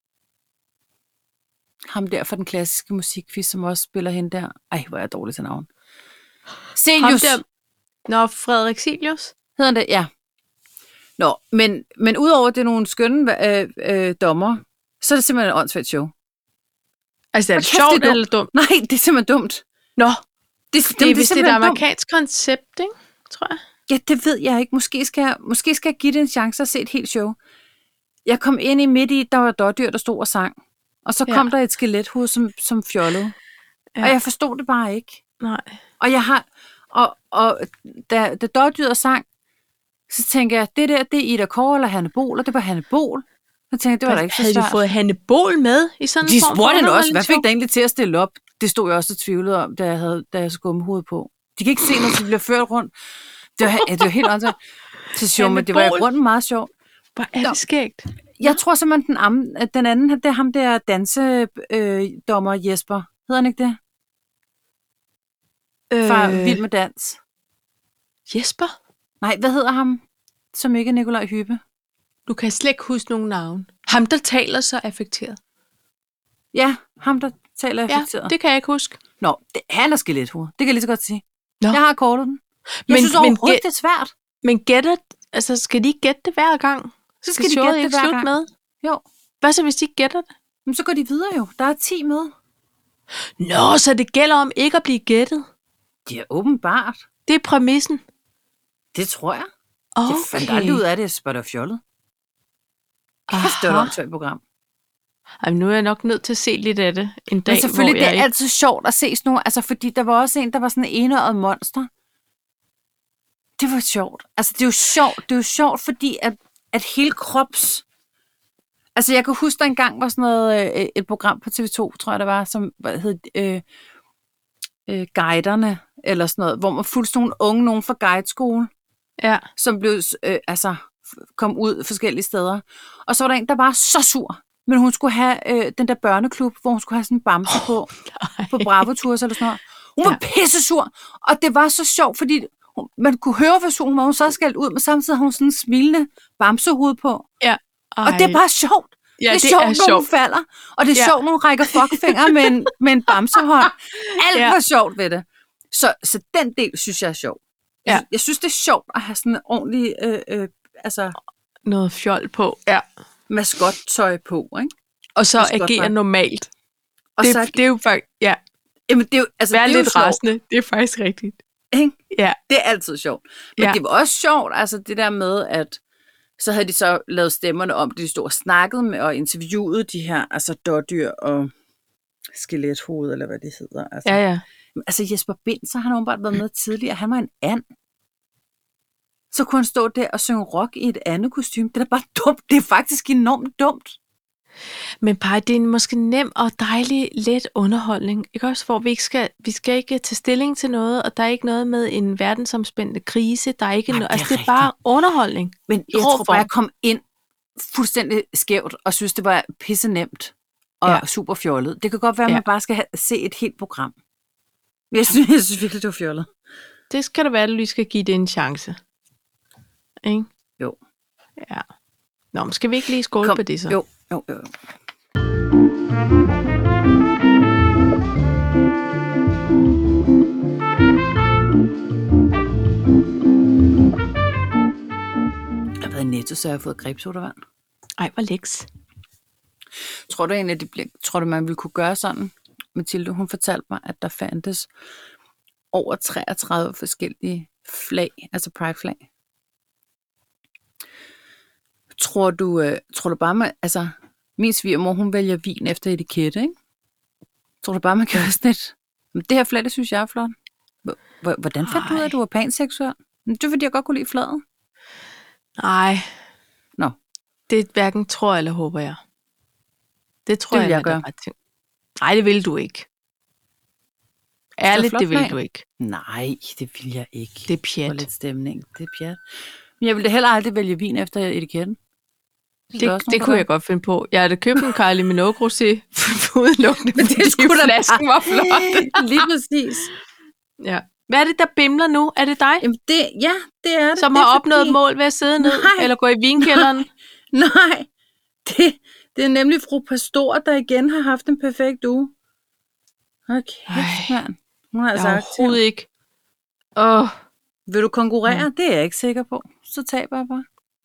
A: ham der fra den klassiske musikquiz, som også spiller hende der. Ej, hvor er jeg dårlig til navn.
B: Ham
A: Celius
B: der, Nå, Frederik Silius.
A: hedder han det, ja. Nå, men, men udover det er nogle skønne øh, øh, dommer, så er det simpelthen et åndssvagt show.
B: Altså, er
A: Hvor
B: det
A: kæft, det er
B: sjovt
A: dumt.
B: eller dumt?
A: Nej, det er simpelthen dumt.
B: Nå,
A: Det,
B: det er vist et
A: simpelthen dumt.
B: amerikansk koncept, ikke? Tror jeg.
A: Ja, det ved jeg ikke. Måske skal jeg, måske skal jeg give det en chance at se et helt show. Jeg kom ind i midt i, der var dårdyr, der stod og sang. Og så kom
B: Ja.
A: der et skelethoved, som, som fjollede.
B: Ja.
A: Og jeg forstod det bare ikke.
B: Nej.
A: Og jeg har, og, og da, da dårdyret sang, så tænker jeg, det der, det er Ida Kåre eller Hanne Bol, og det var Hanne Bol. Så tænkte jeg, det var da ikke så
B: Havde
A: svært.
B: du fået Hanne Bol med i sådan en
A: De
B: form for
A: spurgte hende også, hvad
B: underholdningsshow?
A: fik dig egentlig til at stille op? Det stod jeg også og tvivlede om, da jeg havde, da jeg så gummehoved på. De kan ikke se, når de bliver ført rundt. Det var, det var helt åndssvagt. Så sjovt, men det var i
B: Bol.
A: grunden meget sjovt.
B: Hvor er
A: Nå.
B: det skægt.
A: Jeg tror simpelthen, den, am, at den anden, det er ham der dansedommer øh, Jesper. Hedder han ikke det? Fra øh. Vild med Dans.
B: Jesper?
A: Nej, hvad hedder ham, som ikke er Nikolaj Hyppe?
B: Du kan slet ikke huske nogen navn. Ham, der taler så affekteret.
A: Ja, ham der taler affekteret.
B: Ja, det kan jeg ikke huske.
A: Nå, det er han er skelethoved. Det kan jeg lige så godt sige.
B: Nå.
A: Jeg har kortet den. Jeg
B: Men-
A: synes
B: men
A: overhovedet,
B: gæt-
A: det er svært.
B: Men gætter, altså skal de ikke gætte det hver gang?
A: Så skal de
B: showet
A: gætte det
B: ikke
A: hver
B: slut
A: gang.
B: med?
A: Jo,
B: Hvad så, hvis de ikke gætter det?
A: men så går de videre jo. Der er ti med.
B: Nå, så det gælder om ikke at blive gættet.
A: Det er åbenbart.
B: Det er præmissen.
A: Det tror jeg.
B: Okay.
A: Jeg fandt aldrig ud af det, så var det fjollet. Kæft, det var et åndssvagt program.
B: Ej, men nu er jeg nok nødt til at se lidt af det en dag,
A: Men selvfølgelig,
B: hvor
A: det
B: jeg
A: er
B: ikke...
A: altid sjovt at se sådan nogle, altså fordi der var også en, der var sådan en enøjet monster. Det var sjovt. Altså det er jo sjovt, det er jo sjovt, fordi at, at hele krops... Altså jeg kan huske, der engang var sådan noget, øh, et program på T V to, tror jeg det var, som hvad hed øh, øh, Guiderne, eller sådan noget, hvor man fulgte sådan nogle unge, nogen fra guideskole,
B: Ja.
A: som blev, øh, altså, f- kom ud forskellige steder. Og så var der en, der var så sur, men hun skulle have øh, den der børneklub, hvor hun skulle have sådan en bamse oh, på, på Bravo Tours eller sådan noget. Hun var ja. pisse sur, og det var så sjovt, fordi hun, man kunne høre, hvor sur hun var, hun så skældt ud, men samtidig havde hun sådan en smilende bamsehoved på.
B: Ja. Ej.
A: Og det er bare sjovt.
B: Ja,
A: det er
B: det
A: sjovt,
B: er
A: når
B: sjovt.
A: hun falder, og det er
B: Ja.
A: sjovt, når hun rækker fuckfinger med en, med en bamsehånd. Alt
B: Ja.
A: var sjovt ved det. Så, så den del synes jeg er sjov. Jeg,
B: Ja.
A: jeg synes, det er sjovt at have sådan en ordentlig øh, øh, altså,
B: Noget fjol på. Ja.
A: maskottøj på, ikke?
B: Og så
A: Det skal godt
B: agere
A: være.
B: normalt.
A: Og
B: Det,
A: så,
B: det er jo faktisk... Ja.
A: Jamen, det er jo, altså,
B: Vær
A: det er jo
B: lidt
A: sjovt.
B: rasende. Det er faktisk rigtigt.
A: Ikke?
B: Ja.
A: Det er altid sjovt. Men
B: Ja.
A: det var også sjovt, altså det der med, at så havde de så lavet stemmerne om, de stod og snakkede med og interviewede de her, altså dårdyr og skelethoved, eller hvad det hedder. Altså,
B: Ja, ja.
A: altså Jesper Binzer, han har åbenbart været med tidligere, han var en and. Så kunne han stå der og synge rock i et andet kostume. Det er da bare dumt. Det er faktisk enormt dumt.
B: Men Paj, det er en måske nem og dejlig, let underholdning. Ikke også? Hvor vi ikke skal, vi skal ikke tage stilling til noget, og der er ikke noget med en verdensomspændende krise. Der er ikke
A: Nej,
B: noget,
A: det er
B: altså det er bare underholdning.
A: Men jeg
B: Rå
A: tror bare,
B: form.
A: jeg kom ind fuldstændig skævt, og synes, det var pisse nemt og
B: Ja.
A: ja. super fjollet. Det kan godt være, at
B: Ja.
A: man bare skal have, se et helt program. Men jeg synes, jeg synes virkelig, det var fjollet.
B: Det skal da være, at du lige skal give det en chance. Ikke?
A: Jo.
B: Ja. Nå, men skal vi ikke lige skåle
A: Kom.
B: på det så?
A: Jo, jo, jo. Jeg har været i Netto, så jeg har fået grebsodavand.
B: Ej, hvor læks.
A: Tror du egentlig, at det bliver, tror du, man ville kunne gøre sådan? Mathilde, hun fortalte mig, at der fandtes over treogtredive forskellige flag, altså pride-flag. Tror du, øh, tror du bare, man, altså, min svigermor, hun vælger vin efter etikette, ikke? Tror du bare, man kan være sådan et, men det her flag, det synes jeg er flot. H- Hvordan fandt du ud af, at du var panseksuel? Det er fordi, jeg godt kunne lide flaget.
B: Nej.
A: Nå.
B: Det hverken tror eller håber jeg. Det tror
A: Det vil
B: jeg,
A: jeg gøre.
B: Nej, det vil du ikke. Ærligt,
A: flot
B: det vil
A: flag?
B: du ikke.
A: Nej, det vil jeg ikke.
B: Det er pjat.
A: For lidt stemning. Det er pjat. Men jeg ville da heller aldrig vælge vin efter etiketten.
B: Det, det, det kunne jeg godt finde på. Jeg havde købt en Kylie Minogue Rosé udelukkende,
A: Men det
B: fordi
A: skulle da
B: flasken var flot.
A: Lige præcis.
B: Ja. Hvad er det, der bimler nu? Er det dig,
A: Jamen det, ja, det er det.
B: som
A: det er
B: har opnået
A: fordi...
B: mål ved at sidde ned,
A: Nej.
B: eller gå i vinkælderen?
A: Nej, det, det er nemlig fru Pastor, der igen har haft en perfekt uge. Okay, mand. Hun har altså
B: Jeg er
A: aktiv.
B: overhovedet ikke. Åh.
A: Vil du konkurrere? Ja. Det er jeg ikke sikker på. Så taber jeg bare.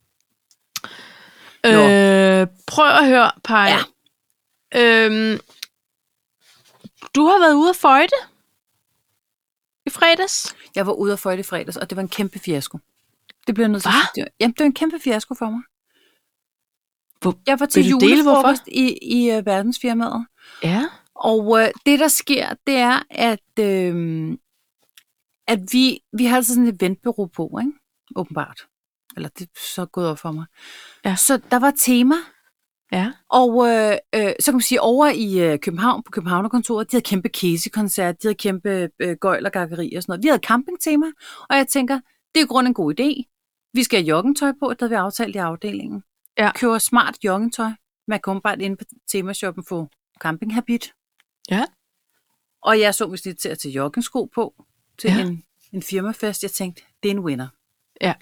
B: Øh, prøv at høre, Paj.
A: Ja.
B: Øhm, du har været ude at føjte i fredags.
A: Jeg var ude og føjte i fredags, og det var en kæmpe fiasko. Det blev nødt til
B: Hva?
A: at sige. Jamen, det var en kæmpe fiasko for mig.
B: Hvor,
A: Jeg var til
B: Vil du dele,
A: julefrokost i, i uh, verdensfirmaet.
B: ja.
A: Og uh, det, der sker, det er, at, øh, at vi, vi har altså sådan et eventbureau på, ikke? Åbenbart. Eller det er så gået op for mig.
B: Ja.
A: Så der var tema.
B: Ja.
A: Og øh, øh, så kan man sige, over i øh, København, på Københavnerkontoret, de havde kæmpe Casey-koncert, de havde kæmpe øh, gøjl og gakkeri og sådan noget. Vi havde campingtema, og jeg tænker, det er i grunden en god idé. Vi skal have joggingtøj på, der havde vi aftalt i afdelingen.
B: Ja.
A: Køber smart joggingtøj. Man kan bare inde på temashoppen få campinghabit.
B: Ja.
A: Og jeg så vist lidt til at tage joggingsko på til
B: Ja.
A: ja. en, en firmafest. Jeg tænkte, det er en winner.
B: Ja.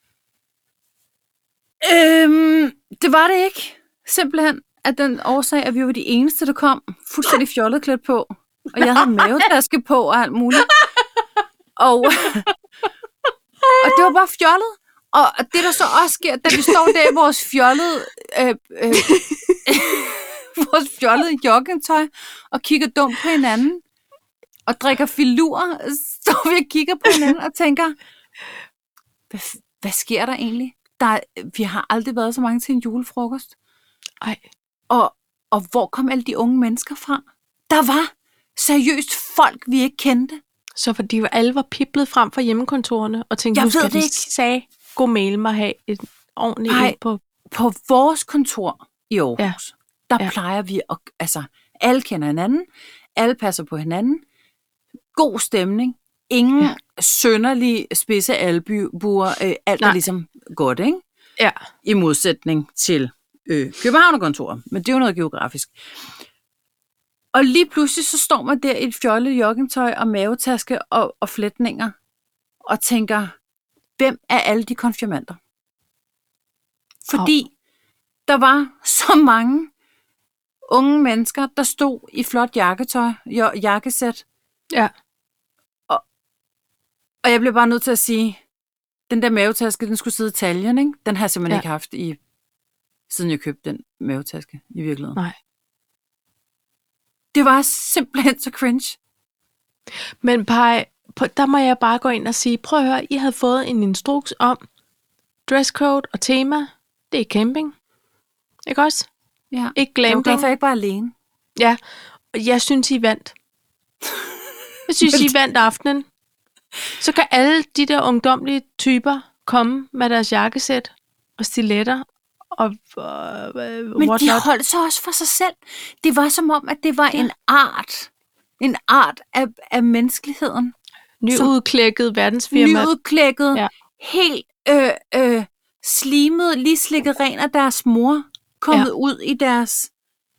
A: Øhm, det var det ikke. Simpelthen af den årsag, at vi var de eneste, der kom fuldstændig fjollet klædt på. Og jeg havde mavetaske på og alt muligt. Og, og det var bare fjollet. Og det, der så også sker, da vi står der i vores fjollede, øh, øh, vores fjollede joggingtøj og kigger dumt på hinanden og drikker filur, står vi og kigger på hinanden og tænker, hvad, hvad sker der egentlig? Der, vi har aldrig været så mange til en julefrokost.
B: Ej.
A: Og, og hvor kom alle de unge mennesker fra? Der var seriøst folk, vi ikke kendte.
B: Så fordi alle var piblet frem fra hjemmekontorerne og tænkte,
A: Jeg
B: nu
A: ved
B: skal
A: det
B: de
A: ikke.
B: sige, god mail mig have et ordentligt
A: Ej.
B: ind på.
A: På vores kontor i Aarhus,
B: Ja.
A: der
B: Ja.
A: plejer vi at, altså, alle kender hinanden, alle passer på hinanden, god stemning, ingen
B: Ja.
A: ja. sønderlige spidse albuer, øh, alt
B: Nej.
A: er ligesom godt, ikke?
B: Ja.
A: I modsætning til øh, Københavnerkontoret, men det er jo noget geografisk. Og lige pludselig så står man der i et fjollet joggingtøj og mavetaske og, og flætninger og tænker, hvem er alle de konfirmander? Fordi oh. der var så mange unge mennesker, der stod i flot jakketøj, jo, jakkesæt,
B: Ja.
A: og jeg blev bare nødt til at sige, den der mavetaske, den skulle sidde i taljen, ikke? Den har jeg simpelthen
B: Ja.
A: ja. ikke haft, i, siden jeg købte den mavetaske i virkeligheden.
B: Nej.
A: Det var simpelthen så cringe.
B: Men Paj, der må jeg bare gå ind og sige, prøv at høre, I havde fået en instruks om dresscode og tema. Det er camping. Ikke også?
A: Ja.
B: Ikke glamping.
A: Jeg er ikke bare alene.
B: Ja, og jeg synes, I vandt. Jeg synes, I vandt aftenen. Så kan alle de der ungdomlige typer komme med deres jakkesæt og stiletter. Og, uh,
A: Men de not? holdt sig også for sig selv. Det var som om, at det var ja. en art. En art af, af menneskeligheden.
B: Nyudklækket verdensfirma.
A: Nyudklækket. Ja. Helt øh, øh, slimet, lige slikket ren af deres mor. Kommet ja. ud i deres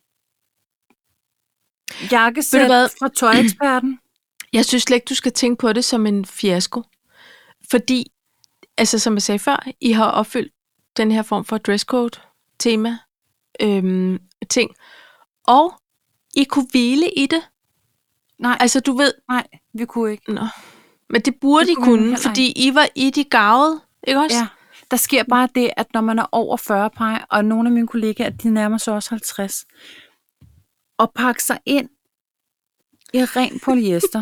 A: jakkesæt fra tøjeksperten.
B: Jeg synes slet ikke, du skal tænke på det som en fiasko. Fordi, altså som jeg sagde før, I har opfyldt den her form for dresscode-tema øhm, ting. Og I kunne hvile i det.
A: Nej,
B: altså du ved...
A: Nej, vi kunne ikke.
B: Nå. Men det burde det I kunne, kunne fordi I var i de gavede, ikke også?
A: Ja, der sker bare det, at når man er over fyrre Paj, og nogle af mine kollegaer, de nærmer sig også halvtreds, og pakke sig ind i ren polyester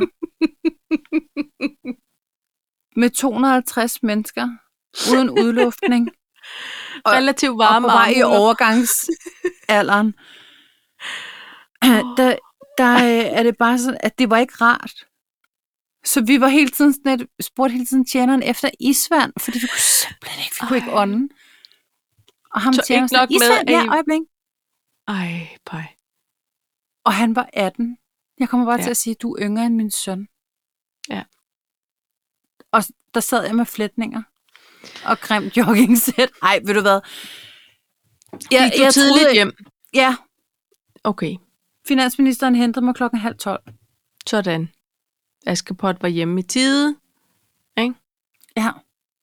A: med to hundrede og halvtreds mennesker uden udluftning og,
B: relativt varme
A: og på vej i overgangsalderen. der, der er det bare sådan, at det var ikke rart. Så vi var hele tiden sådan et, spurgte hele tiden tjeneren efter isvand, fordi vi kunne simpelthen ikke, vi kunne ikke ånde. Og ham tjeneren sådan, isvand, med, ja, øjeblik.
B: Ej, Paj.
A: Og han var atten. Jeg kommer bare ja. til at sige, at du er yngre end min søn.
B: Ja.
A: Og der sad jeg med flætninger og grimt joggingsæt. Ej, ved du hvad?
B: Jeg, Gik du jeg tidligt troede, hjem?
A: Ja.
B: Okay.
A: Finansministeren hentede mig klokken halv tolv.
B: Sådan. Askepot var hjemme i tide. Ikke?
A: Ja.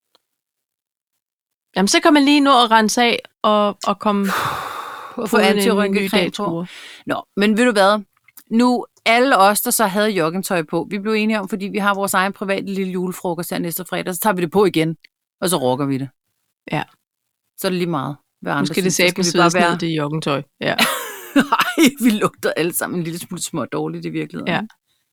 B: Jamen, så kan man lige nå at rense af og, og komme
A: og få anti-rynkecreme på. Nå, men ved du hvad? Nu, alle os, der så havde joggingtøj på, vi blev enige om, fordi vi har vores egen private lille julefrokost her næste fredag, så tager vi det på igen, og så rocker vi det.
B: Ja.
A: Så er det lige meget.
B: Måske det sagde, at vi bare være... det joggingtøj. Ja.
A: Nej, vi lugter alle sammen en lille smule små dårligt i virkeligheden.
B: Ja.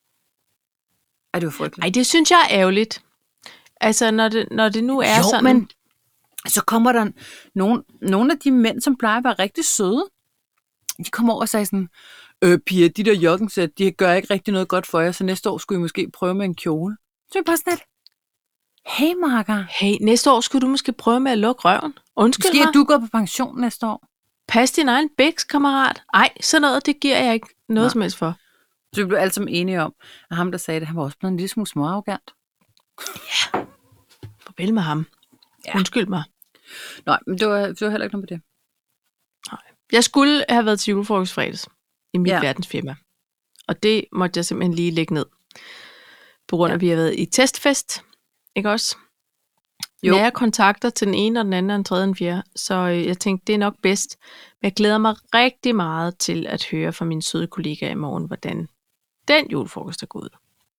A: Ej, det var frygteligt.
B: Ej, det synes jeg er ærgerligt. Altså, når det, når det nu er
A: jo,
B: sådan...
A: men så kommer der nogle, nogle af de mænd, som plejer at være rigtig søde. De kommer over og siger sådan, øh, piger, de der joggingsæt, de gør ikke rigtig noget godt for jer, så næste år skulle I måske prøve med en kjole. Så er det bare sådan lidt, hey Marker.
B: Hey, næste år skulle du måske prøve med at lukke røven. Undskyld
A: måske
B: mig.
A: Måske du går på pension næste år.
B: Pas din egen bæks, kammerat. Ej, sådan noget, det giver jeg ikke noget Nej. som helst for.
A: Så vi blev alle sammen enige om, at ham, der sagde det, han var også blevet en lille smule småarrogant.
B: Ja. Farvel med ham. Ja. Undskyld mig.
A: Nej, men det var, det var heller ikke noget med det.
B: Nej. Jeg skulle have været til julefrokost fredags i mit ja. verdensfirma. Og det måtte jeg simpelthen lige lægge ned. På grund af, ja. at vi har været i testfest. Ikke også? Jo. Nære kontakter til den ene og den anden og den tredje og den fjerde. Så jeg tænkte, det er nok bedst. Men jeg glæder mig rigtig meget til at høre fra mine søde kollegaer i morgen, hvordan den julefrokost er gået.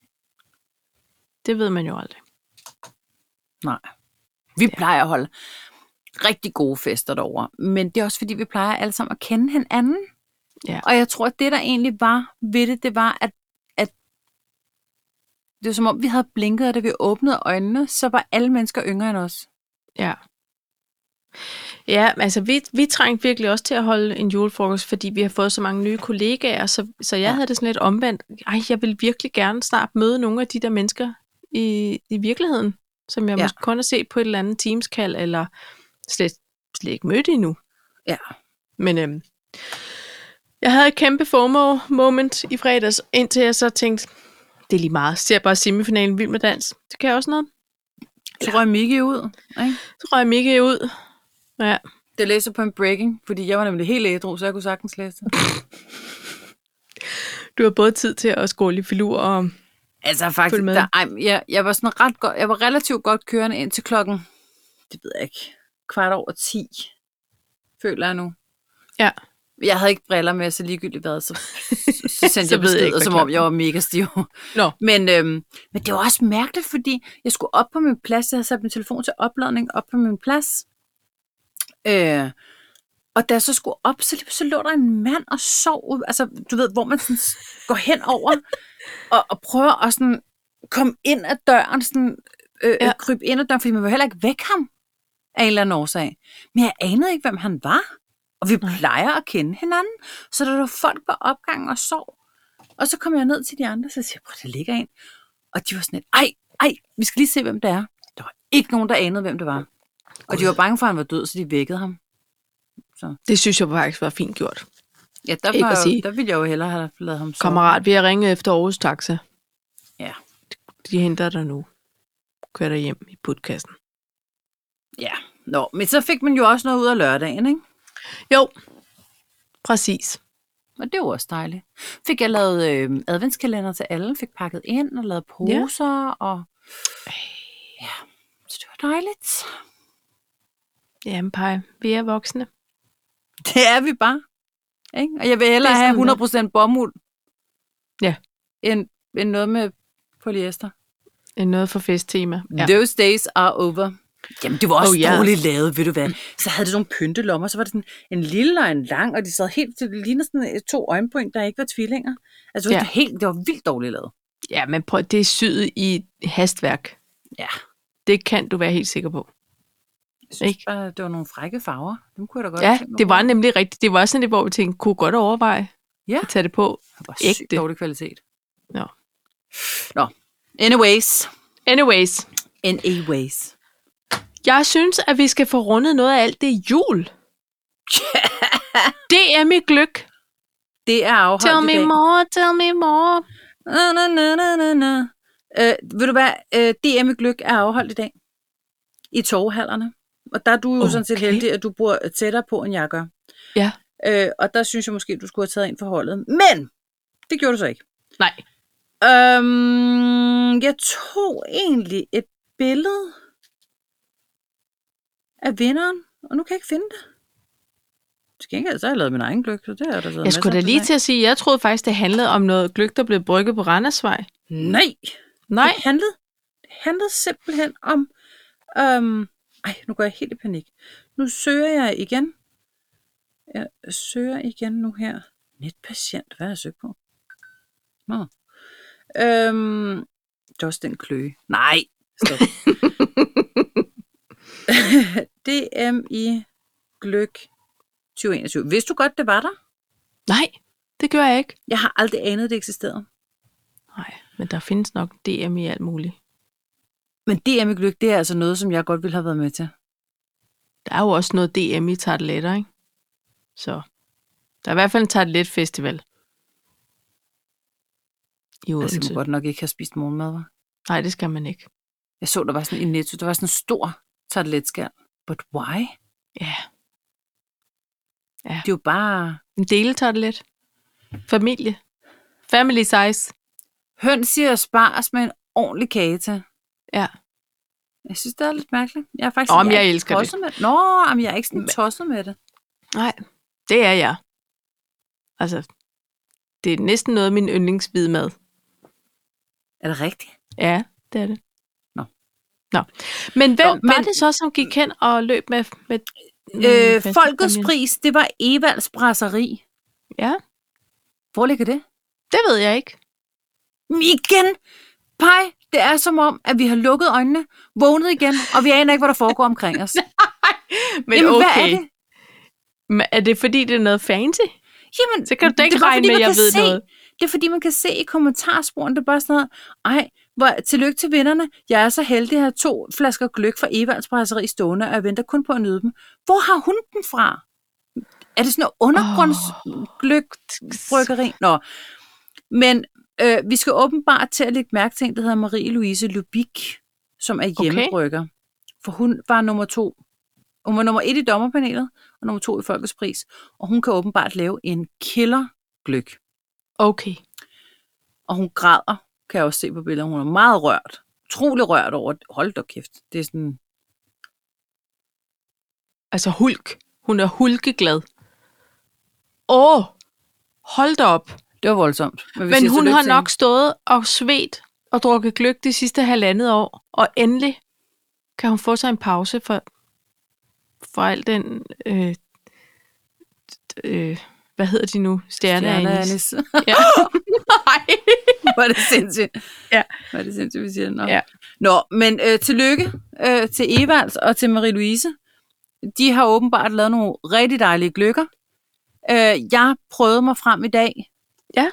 B: Det ved man jo aldrig.
A: Nej. Vi ja. plejer at holde rigtig gode fester derovre. Men det er også fordi, vi plejer alle sammen at kende hinanden.
B: Ja.
A: Og jeg tror, at det, der egentlig var ved det, det var, at, at det var som om, vi havde blinket, og da vi åbnede øjnene, så var alle mennesker yngre end os.
B: Ja. Ja, altså vi, vi trængte virkelig også til at holde en julefrokost, fordi vi har fået så mange nye kollegaer, så, så jeg ja. havde det sådan lidt omvendt. Ej, jeg vil virkelig gerne snart møde nogle af de der mennesker i, i virkeligheden, som jeg ja. måske kun har set på et eller andet Teams-kald, eller slet, slet ikke mødt endnu.
A: Ja.
B: Men øhm, jeg havde et kæmpe FOMO-moment i fredags, indtil jeg så tænkte, det er lige meget. Ser bare semifinalen Vild med Dans. Det kan jeg også noget.
A: Så røg Mickey ud, ikke?
B: Så røg Mickey ud. Ja.
A: Det læser på en breaking, fordi jeg var nemlig helt ædru, så jeg kunne sagtens læse det.
B: Du har både tid til at skåle i filur og
A: altså faktisk, der, ej, jeg, jeg var sådan ret godt, jeg var relativt godt kørende ind til klokken, det ved jeg ikke, kvart over ti, føler jeg nu.
B: Ja.
A: Jeg havde ikke briller med, så ligegyldigt hvad, så, så, så sendte så jeg beskeder, som om jeg var mega stiv.
B: No.
A: Men, øhm, men det var også mærkeligt, fordi jeg skulle op på min plads, jeg havde sat min telefon til opladning op på min plads, øh, Og da jeg så skulle op, så, lige, så lå der en mand og sov, altså du ved, hvor man sådan går hen over og, og prøver at sådan komme ind ad døren, sådan øh, ja. krybe ind ad døren, fordi man vil heller ikke vække ham af en eller anden årsag. Men jeg anede ikke, hvem han var. Og vi plejer at kende hinanden. Så der var folk på opgangen og sov. Og så kom jeg ned til de andre, så siger jeg, prøv, der ligger en. Og de var sådan lidt, ej, ej, vi skal lige se, hvem det er. Der var ikke nogen, der anede, hvem det var. Og de var bange for, at han var død, så de vækkede ham. Så.
B: Det synes jeg faktisk var fint gjort.
A: Ja, der, var jo, der ville jeg jo hellere have lavet ham sove.
B: Kammerat, vi har ringet efter Aarhus Taxa.
A: Ja.
B: De henter dig nu. Kører dig hjem i putkassen.
A: Ja, nå, men så fik man jo også noget ud af lørdagen, ikke?
B: Jo, præcis.
A: Og det var også dejligt. Fik jeg lavet øh, adventskalender til alle, fik pakket ind og lavet poser, ja. og ja, så det var dejligt.
B: Jamen, Paj, vi er voksne.
A: Det er vi bare. Ikke? Og jeg vil hellere have hundrede procent bomuld,
B: ja.
A: end, end noget med polyester.
B: End noget for festtema.
A: Ja. Those days are over. Jamen, det var også
B: oh, yeah.
A: dårligt lavet, ved du hvad. Så havde det sådan nogle pyntelommer, så var det sådan en lille og en lang, og de sad helt, det ligner sådan to øjenbryn, der ikke var tvillinger. Altså, det var, ja. helt, det var vildt dårligt lavet.
B: Ja, men prøv, det er syet i hastværk.
A: Ja.
B: Det kan du være helt sikker på.
A: Jeg synes ikke? bare, det var nogle frække farver. Dem kunne jeg da godt
B: ja, det var nemlig rigtigt. Det var sådan lidt, hvor vi tænkte, kunne godt overveje
A: ja.
B: at tage det på.
A: Det var sygt dårlig kvalitet.
B: Ja.
A: Nå, anyways.
B: Anyways.
A: Anyways.
B: Jeg synes, at vi skal få rundet noget af alt det jul. Det er mit gløk.
A: Det er afholdt
B: tell
A: i dag.
B: me more, tell me more.
A: Na, na, na, na, na, na. Uh, ved du hvad? Uh, D M i gløk er afholdt i dag. I torvehallerne. Og der er du jo okay. sådan set heldig, at du bor tættere på, end jeg gør.
B: Ja.
A: Uh, og der synes jeg måske, du skulle have taget ind for holdet. Men! Det gjorde du så ikke.
B: Nej.
A: Um, jeg tog egentlig et billede af vinderen, og nu kan jeg ikke finde det. Til gengæld, så har jeg lavet min egen gløk, så det er der
B: Jeg skulle da lige til at sige, jeg troede faktisk, det handlede om noget gløk, der blev brygget på Randersvej.
A: Nej.
B: Nej.
A: Det handlede, det handlede simpelthen om... Um, ej, nu går jeg helt i panik. Nu søger jeg igen. Jeg søger igen nu her. Netpatient, hvad har jeg søgt på? Nå. Um, det er også den kløe. Nej, stop. D M i gløk tyve enogtyve. Vidste du godt, det var der?
B: Nej, det gør jeg ikke.
A: Jeg har aldrig anet, det eksisterede.
B: Nej, men der findes nok D M i alt muligt.
A: Men D M i gløk, det er altså noget, som jeg godt ville have været med til.
B: Der er jo også noget D M i tarteletter, ikke? Så der er i hvert fald en tarteletfestival. I Odense.
A: Altså, man godt nok ikke have spist morgenmad, var?
B: Nej, det skal man ikke.
A: Jeg så, der var sådan en Netto, der var sådan en stor tarteletskærm. But why?
B: Ja. Ja.
A: Det er jo bare...
B: En deletartelet. Familie. Family size.
A: Høns og spars med en ordentlig kage til.
B: Ja.
A: Jeg synes, det er lidt mærkeligt. Jeg er faktisk
B: Om
A: jeg
B: jeg elsker det.
A: Med. Nå, men jeg er ikke sådan tosset med det.
B: Nej, det er jeg. Altså, det er næsten noget af min yndlingshvidmad.
A: Er det rigtigt?
B: Ja, det er det.
A: Nå.
B: Nå. Men hvem Nå,
A: men,
B: var det så, som gik hen og løb med... med
A: øh, Folkets pris, det var Evalds Brasserie.
B: Ja.
A: Hvor ligger det?
B: Det ved jeg ikke.
A: Igen! Pej, det er som om, at vi har lukket øjnene, vågnet igen, og vi aner ikke, hvad der foregår omkring os.
B: Nej, men
A: Jamen,
B: okay.
A: hvad er det?
B: Men er det fordi, det er noget fancy?
A: Jamen,
B: så kan du da ikke regne med, at jeg ved
A: se,
B: noget.
A: Det er fordi, man kan se i kommentarsporene, det er bare sådan noget, ej, hvor, tillykke til vinderne. Jeg er så heldig at have to flasker gløk fra Evalds Brasserie stående, og jeg venter kun på at nyde dem. Hvor har hun den fra? Er det sådan noget undergrundsgløk-bryggeri? Nå, men øh, vi skal åbenbart til at lægge mærke til en, der hedder Marie-Louise Lubik, som er hjemmebrygger. Okay. For hun var nummer to. Hun var nummer et i dommerpanelet, og nummer to i Folkets pris. Og hun kan åbenbart lave en killer-gløk.
B: Okay.
A: Og hun græder, kan jeg også se på billedet. Hun er meget rørt. Utrolig rørt over, hold da kæft. Det er sådan...
B: Altså hulk. Hun er hulkeglad. Åh, hold da op.
A: Det var voldsomt.
B: Men, Men hun har nok stået og svedt og drukket gløgg de sidste halvandet år. Og endelig kan hun få sig en pause for, for al den øh, øh, hvad hedder de nu? Stjerneanis.
A: Stjerneanis.
B: Ja. Nej.
A: Hvor er det sindssygt.
B: Ja.
A: Hvor er det sindssygt, vi siger. Nå,
B: Ja.
A: Nå men øh, tillykke øh, til Evalds og til Marie-Louise. De har åbenbart lavet nogle rigtig dejlige gløgger. Øh, jeg prøvede mig frem i dag.
B: Ja.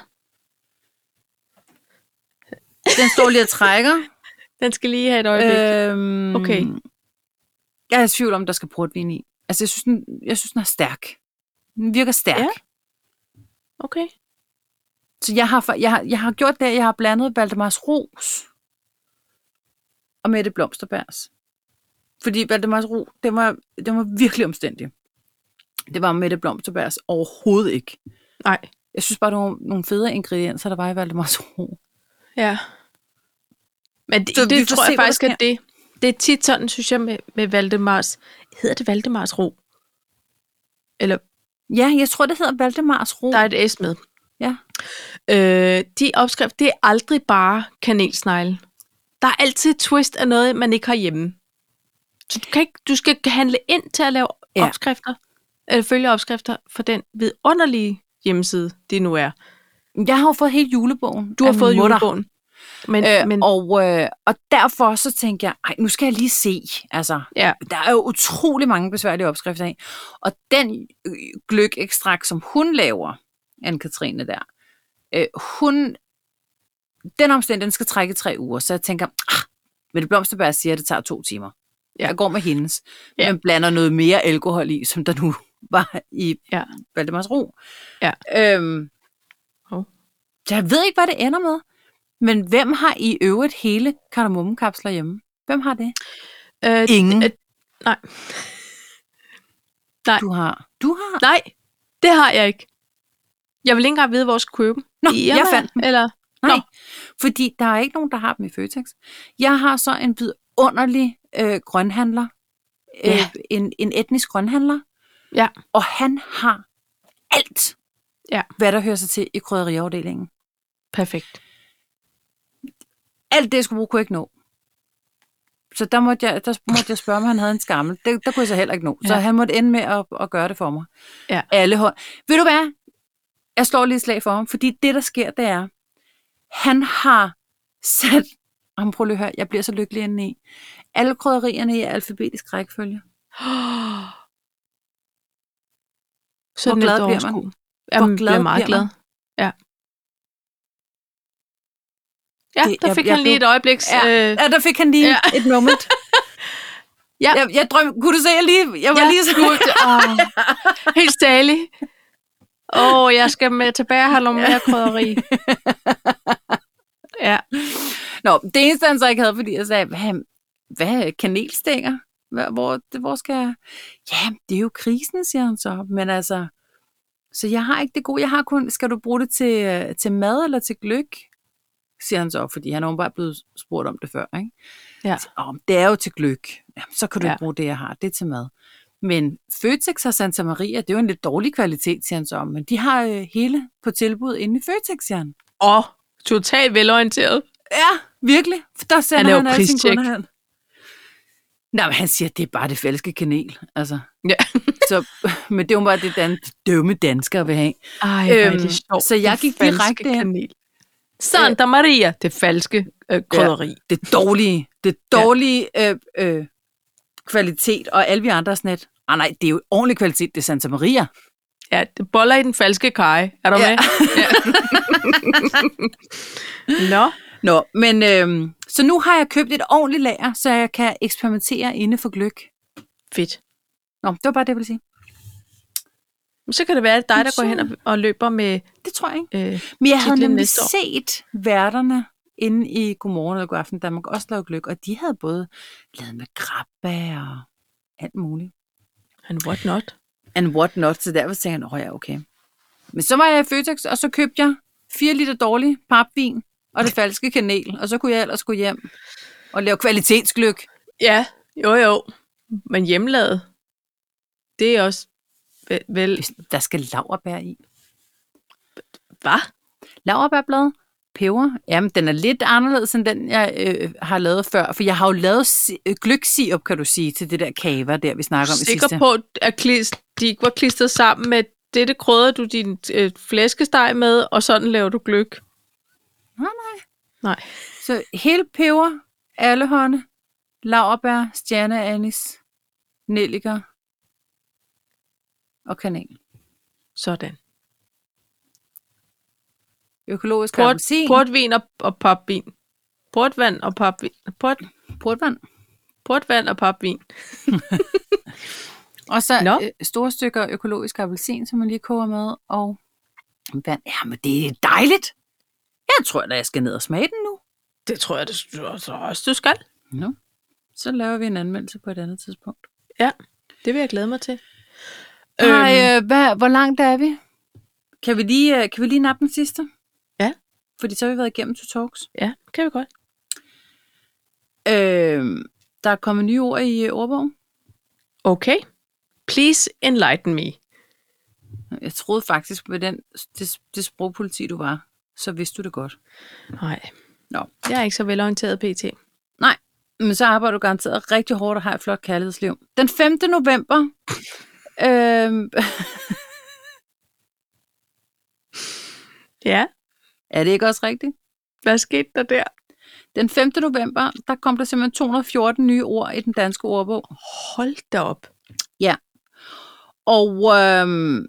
A: Den står lige og trækker.
B: Den skal lige have et øjeblik.
A: Øhm,
B: Okay.
A: Jeg er i tvivl om, der skal portvin i. Altså, jeg synes, den, jeg synes, den er stærk. Den virker stærk.
B: Ja. Okay.
A: Så jeg har, jeg, har, jeg har gjort det, jeg har blandet Valdemars Ros og Mette Blomsterbærs. Fordi Valdemars Ros, det var, det var virkelig omstændig. Det var Mette Blomsterbærs overhovedet ikke.
B: Nej.
A: Jeg synes bare, der var nogle fede ingredienser, der var i Valdemars Ros.
B: Ja. Men det,
A: Så
B: det
A: vi får
B: tror
A: se,
B: jeg
A: hvad der
B: faktisk, at det, det er tit sådan, synes jeg, med, med Valdemars. Hedder det Valdemars Ro? Eller
A: Ja, jeg tror, det hedder Valdemars Ros.
B: der er et S med.
A: Ja.
B: Øh, de opskrifter, det er aldrig bare kanelsnegle. Der er altid et twist af noget, man ikke har hjemme. Så du, kan ikke, du skal handle ind til at lave
A: Ja.
B: opskrifter, eller følge opskrifter for den vidunderlige hjemmeside, det nu er.
A: Jeg har jo fået hele julebogen.
B: Du har
A: af
B: fået
A: min mutter.
B: julebogen. Men,
A: Øh,
B: men
A: og, øh, og derfor så tænker jeg, ej, nu skal jeg lige se. Altså,
B: ja,
A: der er jo utrolig mange besværlige opskrifter af. Og den øh, gløgekstrakt, som hun laver, Anne-Katrine der, øh, hun, den omstændighed, den skal trække tre uger. Så jeg tænker, ah, Mette Blomsterberg siger, at det tager to timer.
B: Ja.
A: Jeg går med hendes,
B: Ja.
A: men blander noget mere alkohol i, som der nu var i
B: Ja.
A: Valdemars Ro.
B: Ja.
A: Øhm,
B: Oh.
A: så jeg ved ikke, hvad det ender med. Men hvem har i øvrigt hele kardemommekapsler hjemme? Hvem har det?
B: øh,
A: Ingen.
B: øh, nej. Nej.
A: Du har. Du har?
B: Nej, det har jeg ikke. Jeg vil ikke engang vide, hvor jeg skal købe dem.
A: Nå,
B: I
A: jeg
B: Irma,
A: fandt dem.
B: Eller?
A: Nej,
B: Nå.
A: fordi der er ikke nogen, der har dem i Føtex. Jeg har så en vidunderlig øh, grønhandler. Øh,
B: Ja.
A: en, en etnisk grønhandler.
B: Ja.
A: Og han har alt,
B: Ja.
A: hvad der hører sig til i krydderiafdelingen.
B: Perfekt.
A: Alt det, jeg skulle bruge, kunne jeg ikke nå. Så der måtte jeg, der måtte jeg spørge, om han havde en skammel. Det, der kunne jeg så heller ikke nå. Så
B: Ja.
A: han måtte ende med at, at gøre det for mig.
B: Ja.
A: Alle hold. Ved du hvad? Jeg slår lige et slag for ham, fordi det, der sker, det er, han har sat, om prøv lige at høre, jeg bliver så lykkelig inde i, alle krydderierne i alfabetisk rækkefølge.
B: Sådan
A: glad
B: lidt
A: bliver man?
B: overskud. Jamen,
A: Hvor glad
B: bliver meget
A: bliver
B: glad.
A: man?
B: Ja. Ja,
A: Det-
B: der
A: jeg-
B: fik
A: jeg
B: han lige
A: blev-
B: et øjebliks...
A: Ja,
B: Øh,
A: ja, der fik han lige
B: ja.
A: et moment.
B: Ja.
A: Jeg, jeg drøm, kunne du se, jeg lige, jeg var
B: ja,
A: lige så...
B: du, åh, helt stadig. Åh, oh, jeg skal med tilbage og have noget mere krydderi. Ja.
A: Nå, det eneste, han så ikke havde, fordi jeg sagde, hvad, hvad kanelstænger? Hvor, hvor, det, hvor skal jeg? Ja, det er jo krisen, siger han så. Men altså, så jeg har ikke det gode. Jeg har kun, skal du bruge det til, øh, til mad eller til gløgg? Siger han så, fordi han er jo bare blevet spurgt om det før, ikke?
B: Ja.
A: Så, Åh, det er jo til gløgg. Jamen, så kan du
B: Ja.
A: ja. bruge det, jeg har. Det er til mad. Men Føtex og Santa Maria, det er jo en lidt dårlig kvalitet, siger han så. Men de har øh, hele på tilbud inde i Føtex, siger han.
B: Åh, oh, totalt velorienteret.
A: Ja, virkelig. Der sender
B: Han laver
A: han, han alle sine
B: pristjek.
A: kunder hen. Nej, men han siger, at det er bare det falske kanel. Altså.
B: Ja.
A: Så, men det er jo bare det, dan- dømme danskere vil have.
B: Ej, hvor er
A: Øhm,
B: det sjovt.
A: så jeg
B: Det
A: gik
B: falske
A: direkte ind.
B: kanel. Santa Maria, det falske øh, krydderi. Ja.
A: Det dårlige, det dårlige øh, øh, kvalitet, og alle vi andre er sådan et, ah, nej, det er jo ordentlig kvalitet, det er Santa Maria.
B: Ja, det boller i den falske kaj. Er du
A: Ja.
B: med? Ja. Nå.
A: Nå, men øh, så nu har jeg købt et ordentligt lager, så jeg kan eksperimentere inde for gløgg.
B: Fedt.
A: Nå, det var bare det, jeg ville sige.
B: Men så kan det være, at dig, der
A: Så-
B: går hen og, og løber med...
A: Det tror jeg ikke.
B: Øh,
A: Men jeg havde
B: titlen
A: nemlig
B: næste år.
A: set værterne inde i Godmorgen eller Godaften Danmark også lavet gløgg, og de havde både lavet med grabba og alt muligt.
B: and what not?
A: And what not, så derfor tænkte jeg, åh ja, okay. Men så var jeg i Føtex, og så købte jeg fire liter dårlig papvin og det falske kanel, og så kunne jeg ellers gå hjem og lave kvalitetsgløgg.
B: Ja, jo jo. Men hjemmelavet, det er også vel... vel
A: Der skal laurbær i.
B: hvad?
A: Laurbærblad, peber. Jamen, den er lidt anderledes end den, jeg øh, har lavet før. For jeg har jo lavet si- øh, gløgsirup, kan du sige, til det der kaver der, vi snakker om i
B: Sikker
A: sidste.
B: på, at klist, de ikke var klistret sammen med dette krydder du din øh, flæskesteg med, og sådan laver du gløgg.
A: Nej, nej.
B: Nej.
A: Så hele peber, allehånde, laurbær, stjerneanis, nelliker og kanel.
B: Sådan.
A: Økologisk
B: Port,
A: appelsin.
B: portvin og, og papvin. Portvand og papvin. Port,
A: Portvand.
B: portvand og papvin.
A: Og så
B: Nå.
A: øh, store stykker økologisk appelsin, som man lige koger med, og vand. Jamen, det er dejligt. Jeg tror da, jeg skal ned og smage den nu.
B: Det tror jeg, det tror også, du skal.
A: Nå. Så laver vi en anmeldelse på et andet tidspunkt.
B: Ja, det vil jeg glæde mig til.
A: Hej, øh, hvad, hvor langt er vi? Kan vi lige, øh, kan vi lige nappe den sidste?
B: Ja.
A: Fordi så har vi været igennem to talks.
B: Ja, kan vi godt.
A: Øh, der er kommet nye ord i øh, ordbogen.
B: Okay. Please enlighten me.
A: Jeg troede faktisk, med den, det, det sprogpoliti, du var, så vidste du det godt.
B: Nej.
A: Nå.
B: Jeg er ikke så velorienteret pt.
A: Nej, men så arbejder du garanteret rigtig hårdt og har et flot kærlighedsliv. Den femte november... øh,
B: Ja.
A: er det ikke også rigtigt?
B: Hvad skete der der?
A: Den femte november, der kom der simpelthen to hundrede og fjorten nye ord i den danske ordbog.
B: Hold da op.
A: Ja. Og øhm,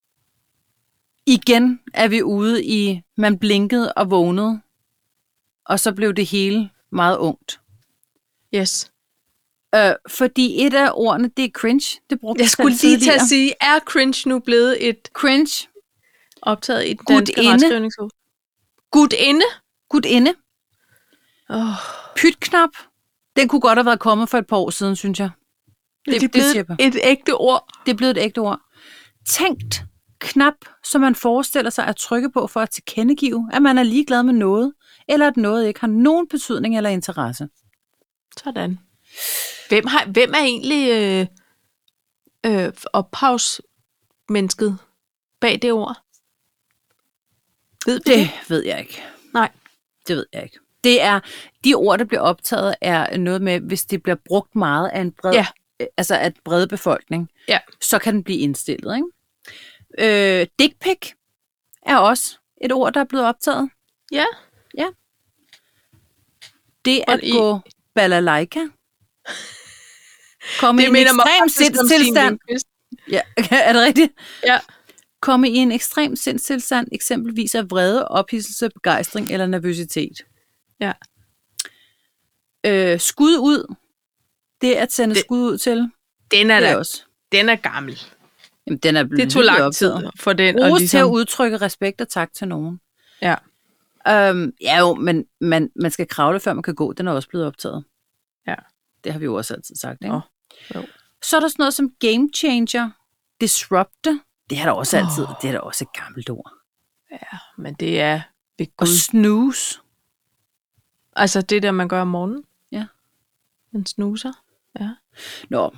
A: igen er vi ude i, man blinkede og vågnede, og så blev det hele meget ungt.
B: Yes.
A: Øh, fordi et af ordene, det er cringe. Det brugte
B: Jeg skulle lige til at sige, er cringe nu blevet et
A: cringe,
B: optaget i den
A: Gudinde.
B: danske retskrivningsord? Gudinde?
A: gudinde,
B: Oh.
A: pytknap. Den kunne godt have været kommet for et par år siden, synes jeg.
B: Det, det er
A: det
B: blevet
A: siger jeg.
B: et ægte ord.
A: Det er blevet et ægte ord. Tænkt knap, som man forestiller sig at trykke på for at tilkendegive, at man er ligeglad med noget, eller at noget ikke har nogen betydning eller interesse.
B: Sådan. Hvem, har, hvem er egentlig øh, øh, ophavsmennesket bag det ord? Ved vi det?
A: Det ved jeg ikke.
B: Nej.
A: Det ved jeg ikke. Det er, de ord, der bliver optaget, er noget med, hvis det bliver brugt meget af en bred,
B: Ja.
A: altså af en bred befolkning,
B: Ja.
A: så kan den blive indstillet, ikke? Øh, dick pic er også et ord, der er blevet optaget.
B: Ja.
A: Ja. Det
B: Og
A: at
B: i-
A: gå balalaika. Komme i
B: Det
A: en
B: minder mig
A: ekstrem
B: faktisk om Stine
A: sindstilstand.
B: Lindqvist.
A: Ja, er det rigtigt?
B: Ja.
A: Komme i en ekstrem sindstilstand, eksempelvis af vrede, ophidselse, begejstring eller nervøsitet.
B: Ja.
A: Øh, skud ud. Det at sende
B: Det-
A: skud ud til.
B: Den er,
A: Det er
B: da,
A: også.
B: den er gammel.
A: Jamen, den er
B: Det tog
A: lige
B: lang tid
A: optaget.
B: for den.
A: Bruges
B: at
A: ligesom...
B: ligesom,
A: til at udtrykke respekt og tak til nogen.
B: Ja.
A: Øhm, ja jo, men man, man skal kravle, før man kan gå. Den er også blevet optaget.
B: Ja.
A: Det har vi jo også altid sagt, ikke?
B: Åh, jo.
A: Så er der sådan noget som game changer, disrupte. Det er der også altid.
B: Åh.
A: Det er der også et gammelt ord.
B: Ja, men det er ved
A: Og
B: Gud.
A: snooze.
B: Altså det der, man gør om morgenen.
A: Ja.
B: Man snuser. Ja.
A: Nå.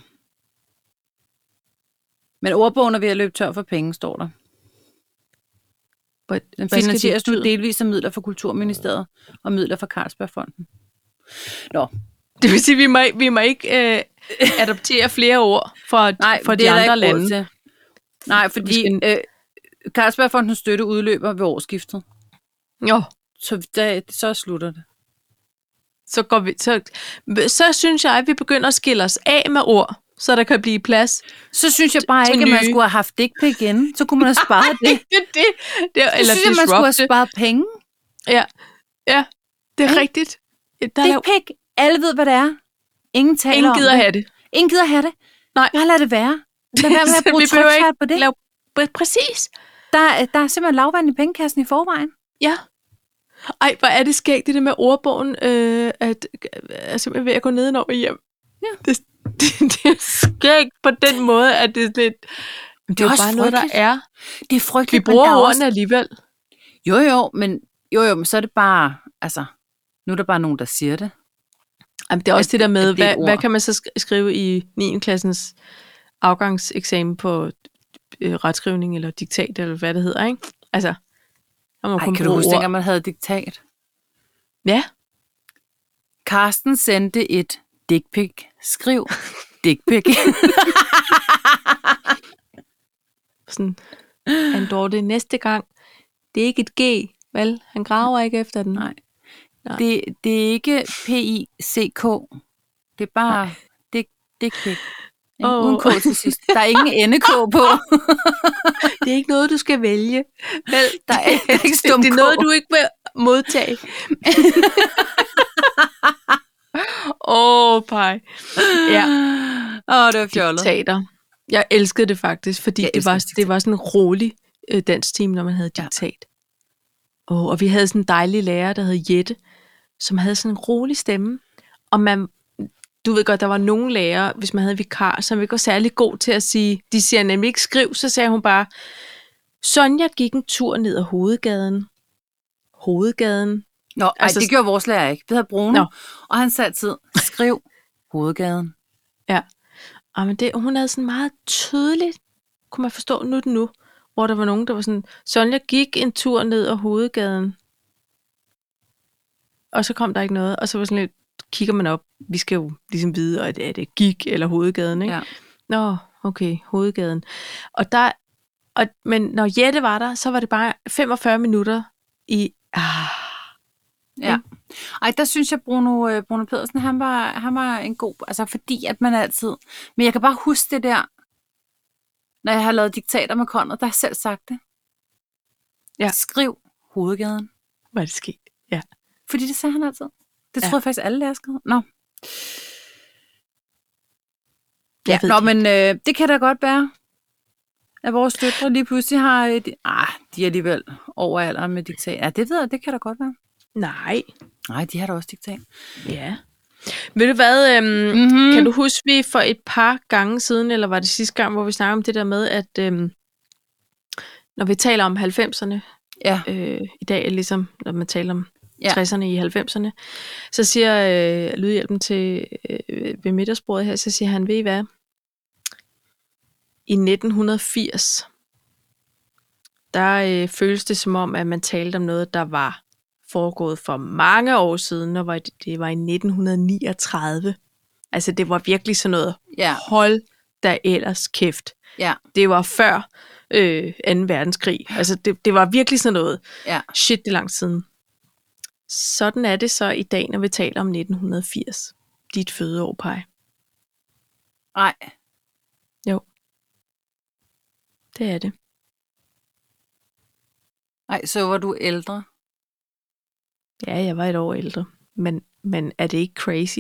A: Men ordbogen er ved at løbe tør for penge, står der.
B: Hvad,
A: Den
B: hvad skal
A: finansieres
B: det
A: nu
B: betyde?
A: delvis af midler fra Kulturministeriet og midler fra Carlsbergfonden. Nå.
B: Det vil sige, at vi må, vi må ikke øh, adoptere flere ord fra,
A: Nej,
B: fra
A: det
B: de
A: er der
B: andre
A: ikke råd
B: lande.
A: til. Nej, fordi
B: skal-
A: øh, Carlsbergfondens støtte udløber ved årsskiftet.
B: Jo,
A: Så, der, så slutter det.
B: så, går vi, så, så synes jeg, at vi begynder at skille os af med ord, så der kan blive plads.
A: Så synes jeg bare
B: til
A: ikke, at man
B: nye.
A: skulle have haft dick pic igen. Så kunne man have sparet det.
B: det, det, det
A: Så
B: eller
A: synes jeg, man skulle have
B: disrupte.
A: sparet penge.
B: Ja, ja, det er
A: Ikke?
B: rigtigt. Der er
A: Dick pic, alle ved, hvad det er. Ingen taler
B: ingen
A: om
B: gider
A: det.
B: have det.
A: Ingen gider have det.
B: Nej.
A: Bare lad det være. Lad være med at bruge
B: Vi behøver
A: tryksværd
B: ikke
A: på det.
B: lave- Pr- Præcis.
A: Der, er- der er simpelthen lavvand i pengekassen i forvejen.
B: Ja. Ej, hvor er det skægt, det der med ordbogen, øh, at er simpelthen ved at gå nedenom og hjem.
A: Ja.
B: Det, det, det er skægt på den måde, at det er lidt... Det er jo
A: også
B: bare noget, der
A: frygteligt.
B: er.
A: Det er
B: Vi
A: frygteligt,
B: bruger
A: men der er
B: ordene
A: også...
B: alligevel.
A: Jo, jo, men, jo, jo, men så er det bare... Altså, nu er der bare nogen, der siger det.
B: Jamen, det er også
A: At-
B: det der med,
A: at det er et
B: hvad,
A: ord.
B: hvad kan man så sk- skrive i niende klassens afgangseksamen på øh, retskrivning eller diktat, eller hvad det hedder, ikke? Altså, der må man
A: Ej,
B: kun
A: kan du
B: bruge
A: huske,
B: ord.
A: dengang man havde diktat?
B: Ja,
A: Karsten sendte et dick pic. Skriv dick pic.
B: sådan Andor, det næste gang. Det er ikke et G, vel? Han graver ikke efter den.
A: Nej.
B: Nej.
A: Det, det er ikke P I C K. Det er bare... Det, det er kvæk.
B: Åh.
A: Uden K til sidst. Der er ingen endek på.
B: Det er ikke noget, du skal vælge. Vel,
A: Der er ikke stum
B: det er
A: K.
B: noget, du ikke vil modtage. Åh, oh, pej. Ja.
A: Åh, det var fjollet.
B: Diktater. Jeg elskede det faktisk, fordi
A: Jeg
B: det var,
A: elsker
B: det var sådan en rolig øh, dansk team, når man havde diktat. Ja. Oh, og vi havde sådan en dejlig lærer, der hed Jette, som havde sådan en rolig stemme. Og man, du ved godt, der var nogle lærere, hvis man havde vikar, som ikke var særlig god til at sige, de siger nemlig ikke skriv, så sagde hun bare, Sonja gik en tur ned ad hovedgaden. Hovedgaden.
A: Nå, ej,
B: Altså-
A: det gjorde vores lærer ikke. Det hedder Bruno.
B: Nå.
A: Og han sagde altid, skriv hovedgaden.
B: Ja. Og men det, hun havde sådan meget tydeligt, kunne man forstå nu det nu, hvor der var nogen, der var sådan, Sonja gik en tur ned ad hovedgaden. Og så kom der ikke noget, og så var sådan lidt, kigger man op, vi skal jo ligesom vide, at er det gik eller hovedgaden, ikke?
A: Ja.
B: Nå, okay, hovedgaden. Og der, og, men når Jette var der, så var det bare femogfyrre minutter i, ah,
A: Ja. Ej, der synes jeg, Bruno, øh, Bruno Pedersen, han var, han var en god, altså fordi at man altid, men jeg kan bare huske det der, når jeg har lavet diktater med Conrad, der har jeg selv sagt det.
B: Ja.
A: Skriv hovedgaden.
B: hvad er det sket? Ja.
A: Fordi det sagde han altid. Det
B: Ja.
A: troede jeg faktisk alle lærere skrev. Nå.
B: Jeg ved
A: Nå,
B: det
A: men øh, det kan da godt være, at vores døtre lige pludselig har et, ah, de er alligevel over alderen med diktat. Ja, det ved jeg, det kan da godt være.
B: Nej.
A: Nej, de har da også diktat.
B: Ja. Ved du hvad, øhm,
A: Mm-hmm.
B: kan du huske, vi for et par gange siden, eller var det sidste gang, hvor vi snakkede om det der med, at øhm, når vi taler om halvfemserne,
A: Ja.
B: øh, i dag, ligesom når man taler om
A: Ja.
B: tresserne i halvfemserne, så siger øh, Lydhjælpen til øh, ved middagsbordet her, så siger han, ved I hvad? I nitten firs, der øh, føles det som om, at man talte om noget, der var foregået for mange år siden, og var det, det var i nitten niogtredive. Altså det var virkelig sådan noget,
A: Ja.
B: hold da ellers kæft.
A: Ja.
B: Det var før øh, anden verdenskrig. Altså det, det var virkelig sådan noget,
A: Ja.
B: shit, det er lang siden. Sådan er det så i dag, når vi taler om nitten firs. Dit fødeår, Paj.
A: Nej.
B: Jo. Det er det.
A: Nej, så var du ældre.
B: Ja, jeg var et år ældre. Men, men er det ikke crazy?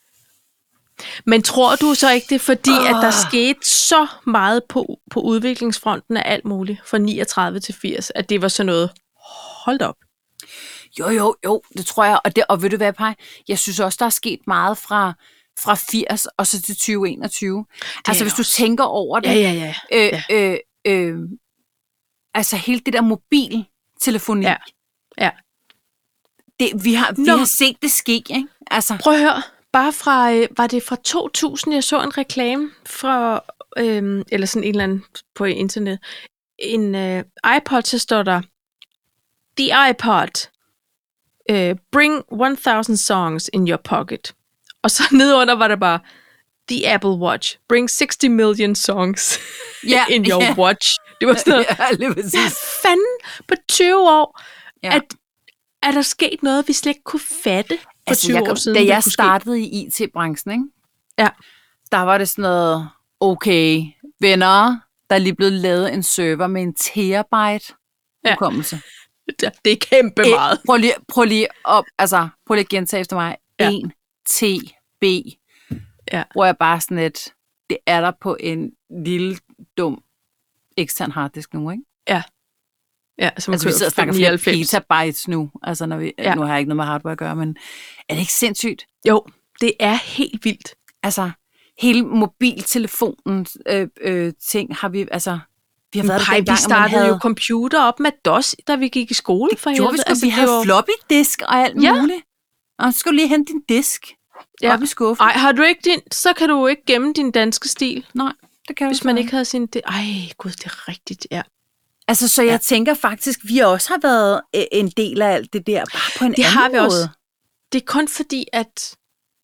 B: Men tror du så ikke det, er fordi oh. at der skete så meget på, på udviklingsfronten af alt muligt, fra niogtredive til firs, at det var sådan noget, hold op.
A: Jo, jo, jo, det tror jeg. Og, det, og ved du hvad, Paj? Jeg synes også, der er sket meget fra, fra firs og så til tyve enogtyve. Altså, hvis du
B: også.
A: tænker over det.
B: Ja, ja, ja.
A: Øh,
B: ja.
A: øh, øh, altså, hele det der mobiltelefoni.
B: Ja. Ja.
A: Det, vi, har, vi
B: Nå.
A: har set det ske, ikke? Altså,
B: Prøv at høre, bare fra, øh, var det fra to tusind, jeg så en reklame fra, øh, eller sådan en eller anden på internet, en øh, iPod, så står der, The iPod, øh, bring one thousand songs in your pocket. Og så nedenunder var der bare, The Apple Watch, bring sixty million songs
A: Ja,
B: in your
A: ja.
B: watch. Det var sådan noget,
A: ja, lige
B: hvad
A: præcis.
B: fanden på tyve år,
A: Ja.
B: at er der sket noget, vi slet ikke kunne fatte for
A: Altså,
B: tyve
A: jeg,
B: år siden?
A: da
B: det
A: jeg
B: kunne ske?
A: startede i I T-branchen, ikke?
B: Ja.
A: Der var det sådan noget, okay, venner, der er lige blevet lavet en server med en terabyte
B: Ja.
A: hukommelse.
B: Det det er kæmpe
A: Eh,
B: meget.
A: Prøv lige, prøv lige op, altså, prøv lige at gentage efter mig.
B: Ja.
A: en T B.
B: Ja.
A: Hvor jeg bare sådan et, det er der på en lille, dum, ekstern harddisk nu, ikke?
B: Ja. Ja, som
A: Altså, vi sidder og snakker flere
B: nioghalvfems.
A: petabytes nu. Altså, når vi,
B: Ja.
A: ja. nu har jeg ikke noget med hardware at gøre, men er det ikke sindssygt?
B: Jo, det er helt vildt.
A: Altså, hele mobiltelefonens øh, øh, ting har vi, altså, vi har
B: Men
A: været
B: Paj,
A: der
B: vi
A: dengang, at man
B: startede
A: havde,
B: jo computer op med DOS, da vi gik i skole. For
A: gjorde vi
B: helvede.
A: sgu, vi
B: det
A: havde
B: var-
A: floppy disk og alt
B: Ja.
A: muligt. Og så skal du lige hente din disk
B: Ja.
A: ja. op i skuffen.
B: Ej, har du ikke din, så kan du ikke gemme din danske stil,
A: Nej, det kan
B: hvis
A: du
B: man
A: så
B: ikke havde sin... Det, ej, gud, det er rigtigt, ja.
A: Altså, så jeg
B: Ja.
A: tænker faktisk, vi også har været øh, en del af alt det der, bare på en
B: Det
A: anden
B: har vi
A: måde.
B: også. Det er kun fordi, at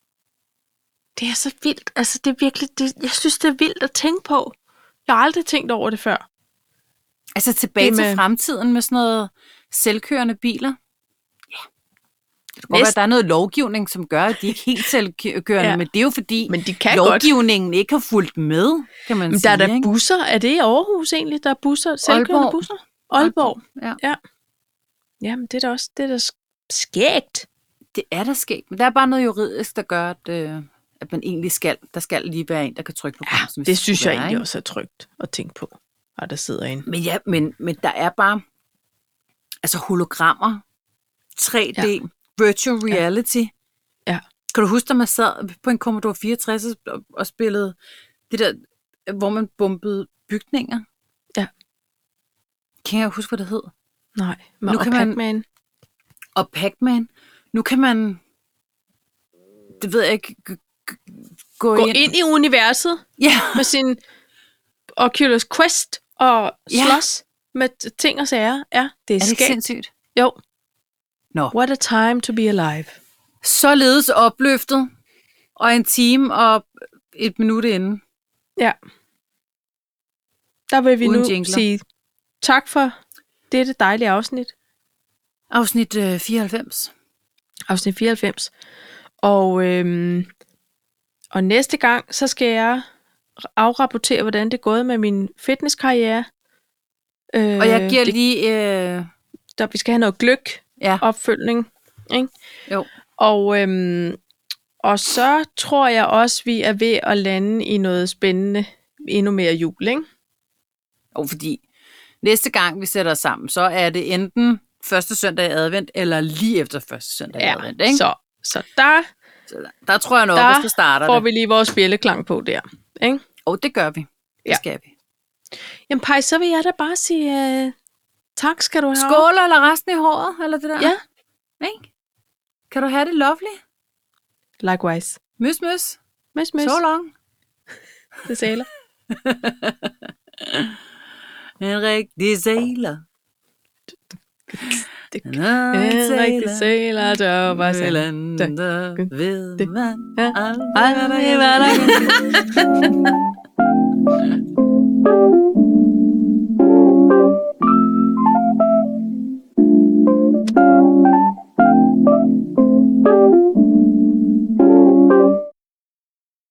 B: det er så vildt. Altså, det er virkelig... Det, jeg synes, det er vildt at tænke på. Jeg har aldrig tænkt over det før.
A: Altså tilbage
B: Det
A: med...
B: med-
A: til fremtiden med sådan noget selvkørende biler. Ja. Det kan godt være,
B: Næsten.
A: at der er noget lovgivning, som gør, at de ikke er helt selvkørende,
B: Ja.
A: men det er jo fordi,
B: Men de kan godt.
A: lovgivningen ikke har fulgt med, kan man
B: Men
A: sige.
B: der er der
A: ikke?
B: busser. Er det i Aarhus egentlig, der er busser? Selvkørende
A: Aalborg.
B: busser? Aalborg.
A: Ja.
B: Jamen, det er da også det er da skægt.
A: Det er der sket, men der er bare noget juridisk, der gør, at, øh, at man egentlig skal. Der skal lige være en, der kan trykke på bremsen. hvis
B: Det synes
A: skulle
B: jeg
A: være,
B: egentlig
A: ikke?
B: også er trygt at tænke på, at der sidder en.
A: Men ja, men, men der er bare altså hologrammer, tre D, ja. virtual reality.
B: Ja.
A: Kan du huske, at man sad på en Commodore fireogtres og, og spillede det der, hvor man bombede bygninger?
B: Ja.
A: Kan jeg huske, hvad det hed?
B: Nej, men
A: Nu
B: og
A: kan man-
B: Pac-Man.
A: Og Pac-Man. Nu kan man, det ved jeg ikke, g- g- gå,
B: Gå
A: ind.
B: ind i universet
A: Ja.
B: med sin Oculus Quest og
A: Ja.
B: slås med t- ting og sager. Ja, det er,
A: Er det ikke
B: skægt.
A: sindssygt?
B: Jo.
A: Nå.
B: What a time to be alive.
A: Således opløftet, og en time og et minut inden.
B: Ja. Der vil vi
A: Uden
B: nu
A: jingler.
B: sige tak for dette dejlige afsnit.
A: Afsnit øh, fireoghalvfems.
B: Afsnit fireoghalvfems. Og, øhm, og næste gang, så skal jeg afrapportere, hvordan det er gået med min fitnesskarriere. Øh,
A: Og jeg giver
B: det,
A: lige... Øh,
B: der, vi skal have noget gløk,
A: ja,
B: opfølgning. Ikke?
A: jo.
B: Og, øhm, og så tror jeg også, vi er ved at lande i noget spændende, endnu mere jul, ikke?
A: Og fordi næste gang, vi sætter os sammen, så er det enten første søndag i advent, eller lige efter første søndag i advent, ikke?
B: så, så der,
A: Så der, der tror jeg nok,
B: Der
A: hvis det starter
B: får
A: det.
B: vi lige vores bjælleklang på der. Ikke?
A: Og det gør vi. Det
B: Ja.
A: skal vi.
B: Jamen Paj, så vil jeg da bare sige uh, tak skal du have.
A: Skål eller resten i håret, eller det der?
B: Ja.
A: Ikke? Kan du have det lovely?
B: Likewise.
A: Møs, møs.
B: Møs, møs.
A: So long.
B: Det sæler.
A: En rigtig sæler.
B: En rigtig sæler, der var sandt.
A: Lander ved man
B: Ja.
A: aldrig, hvad der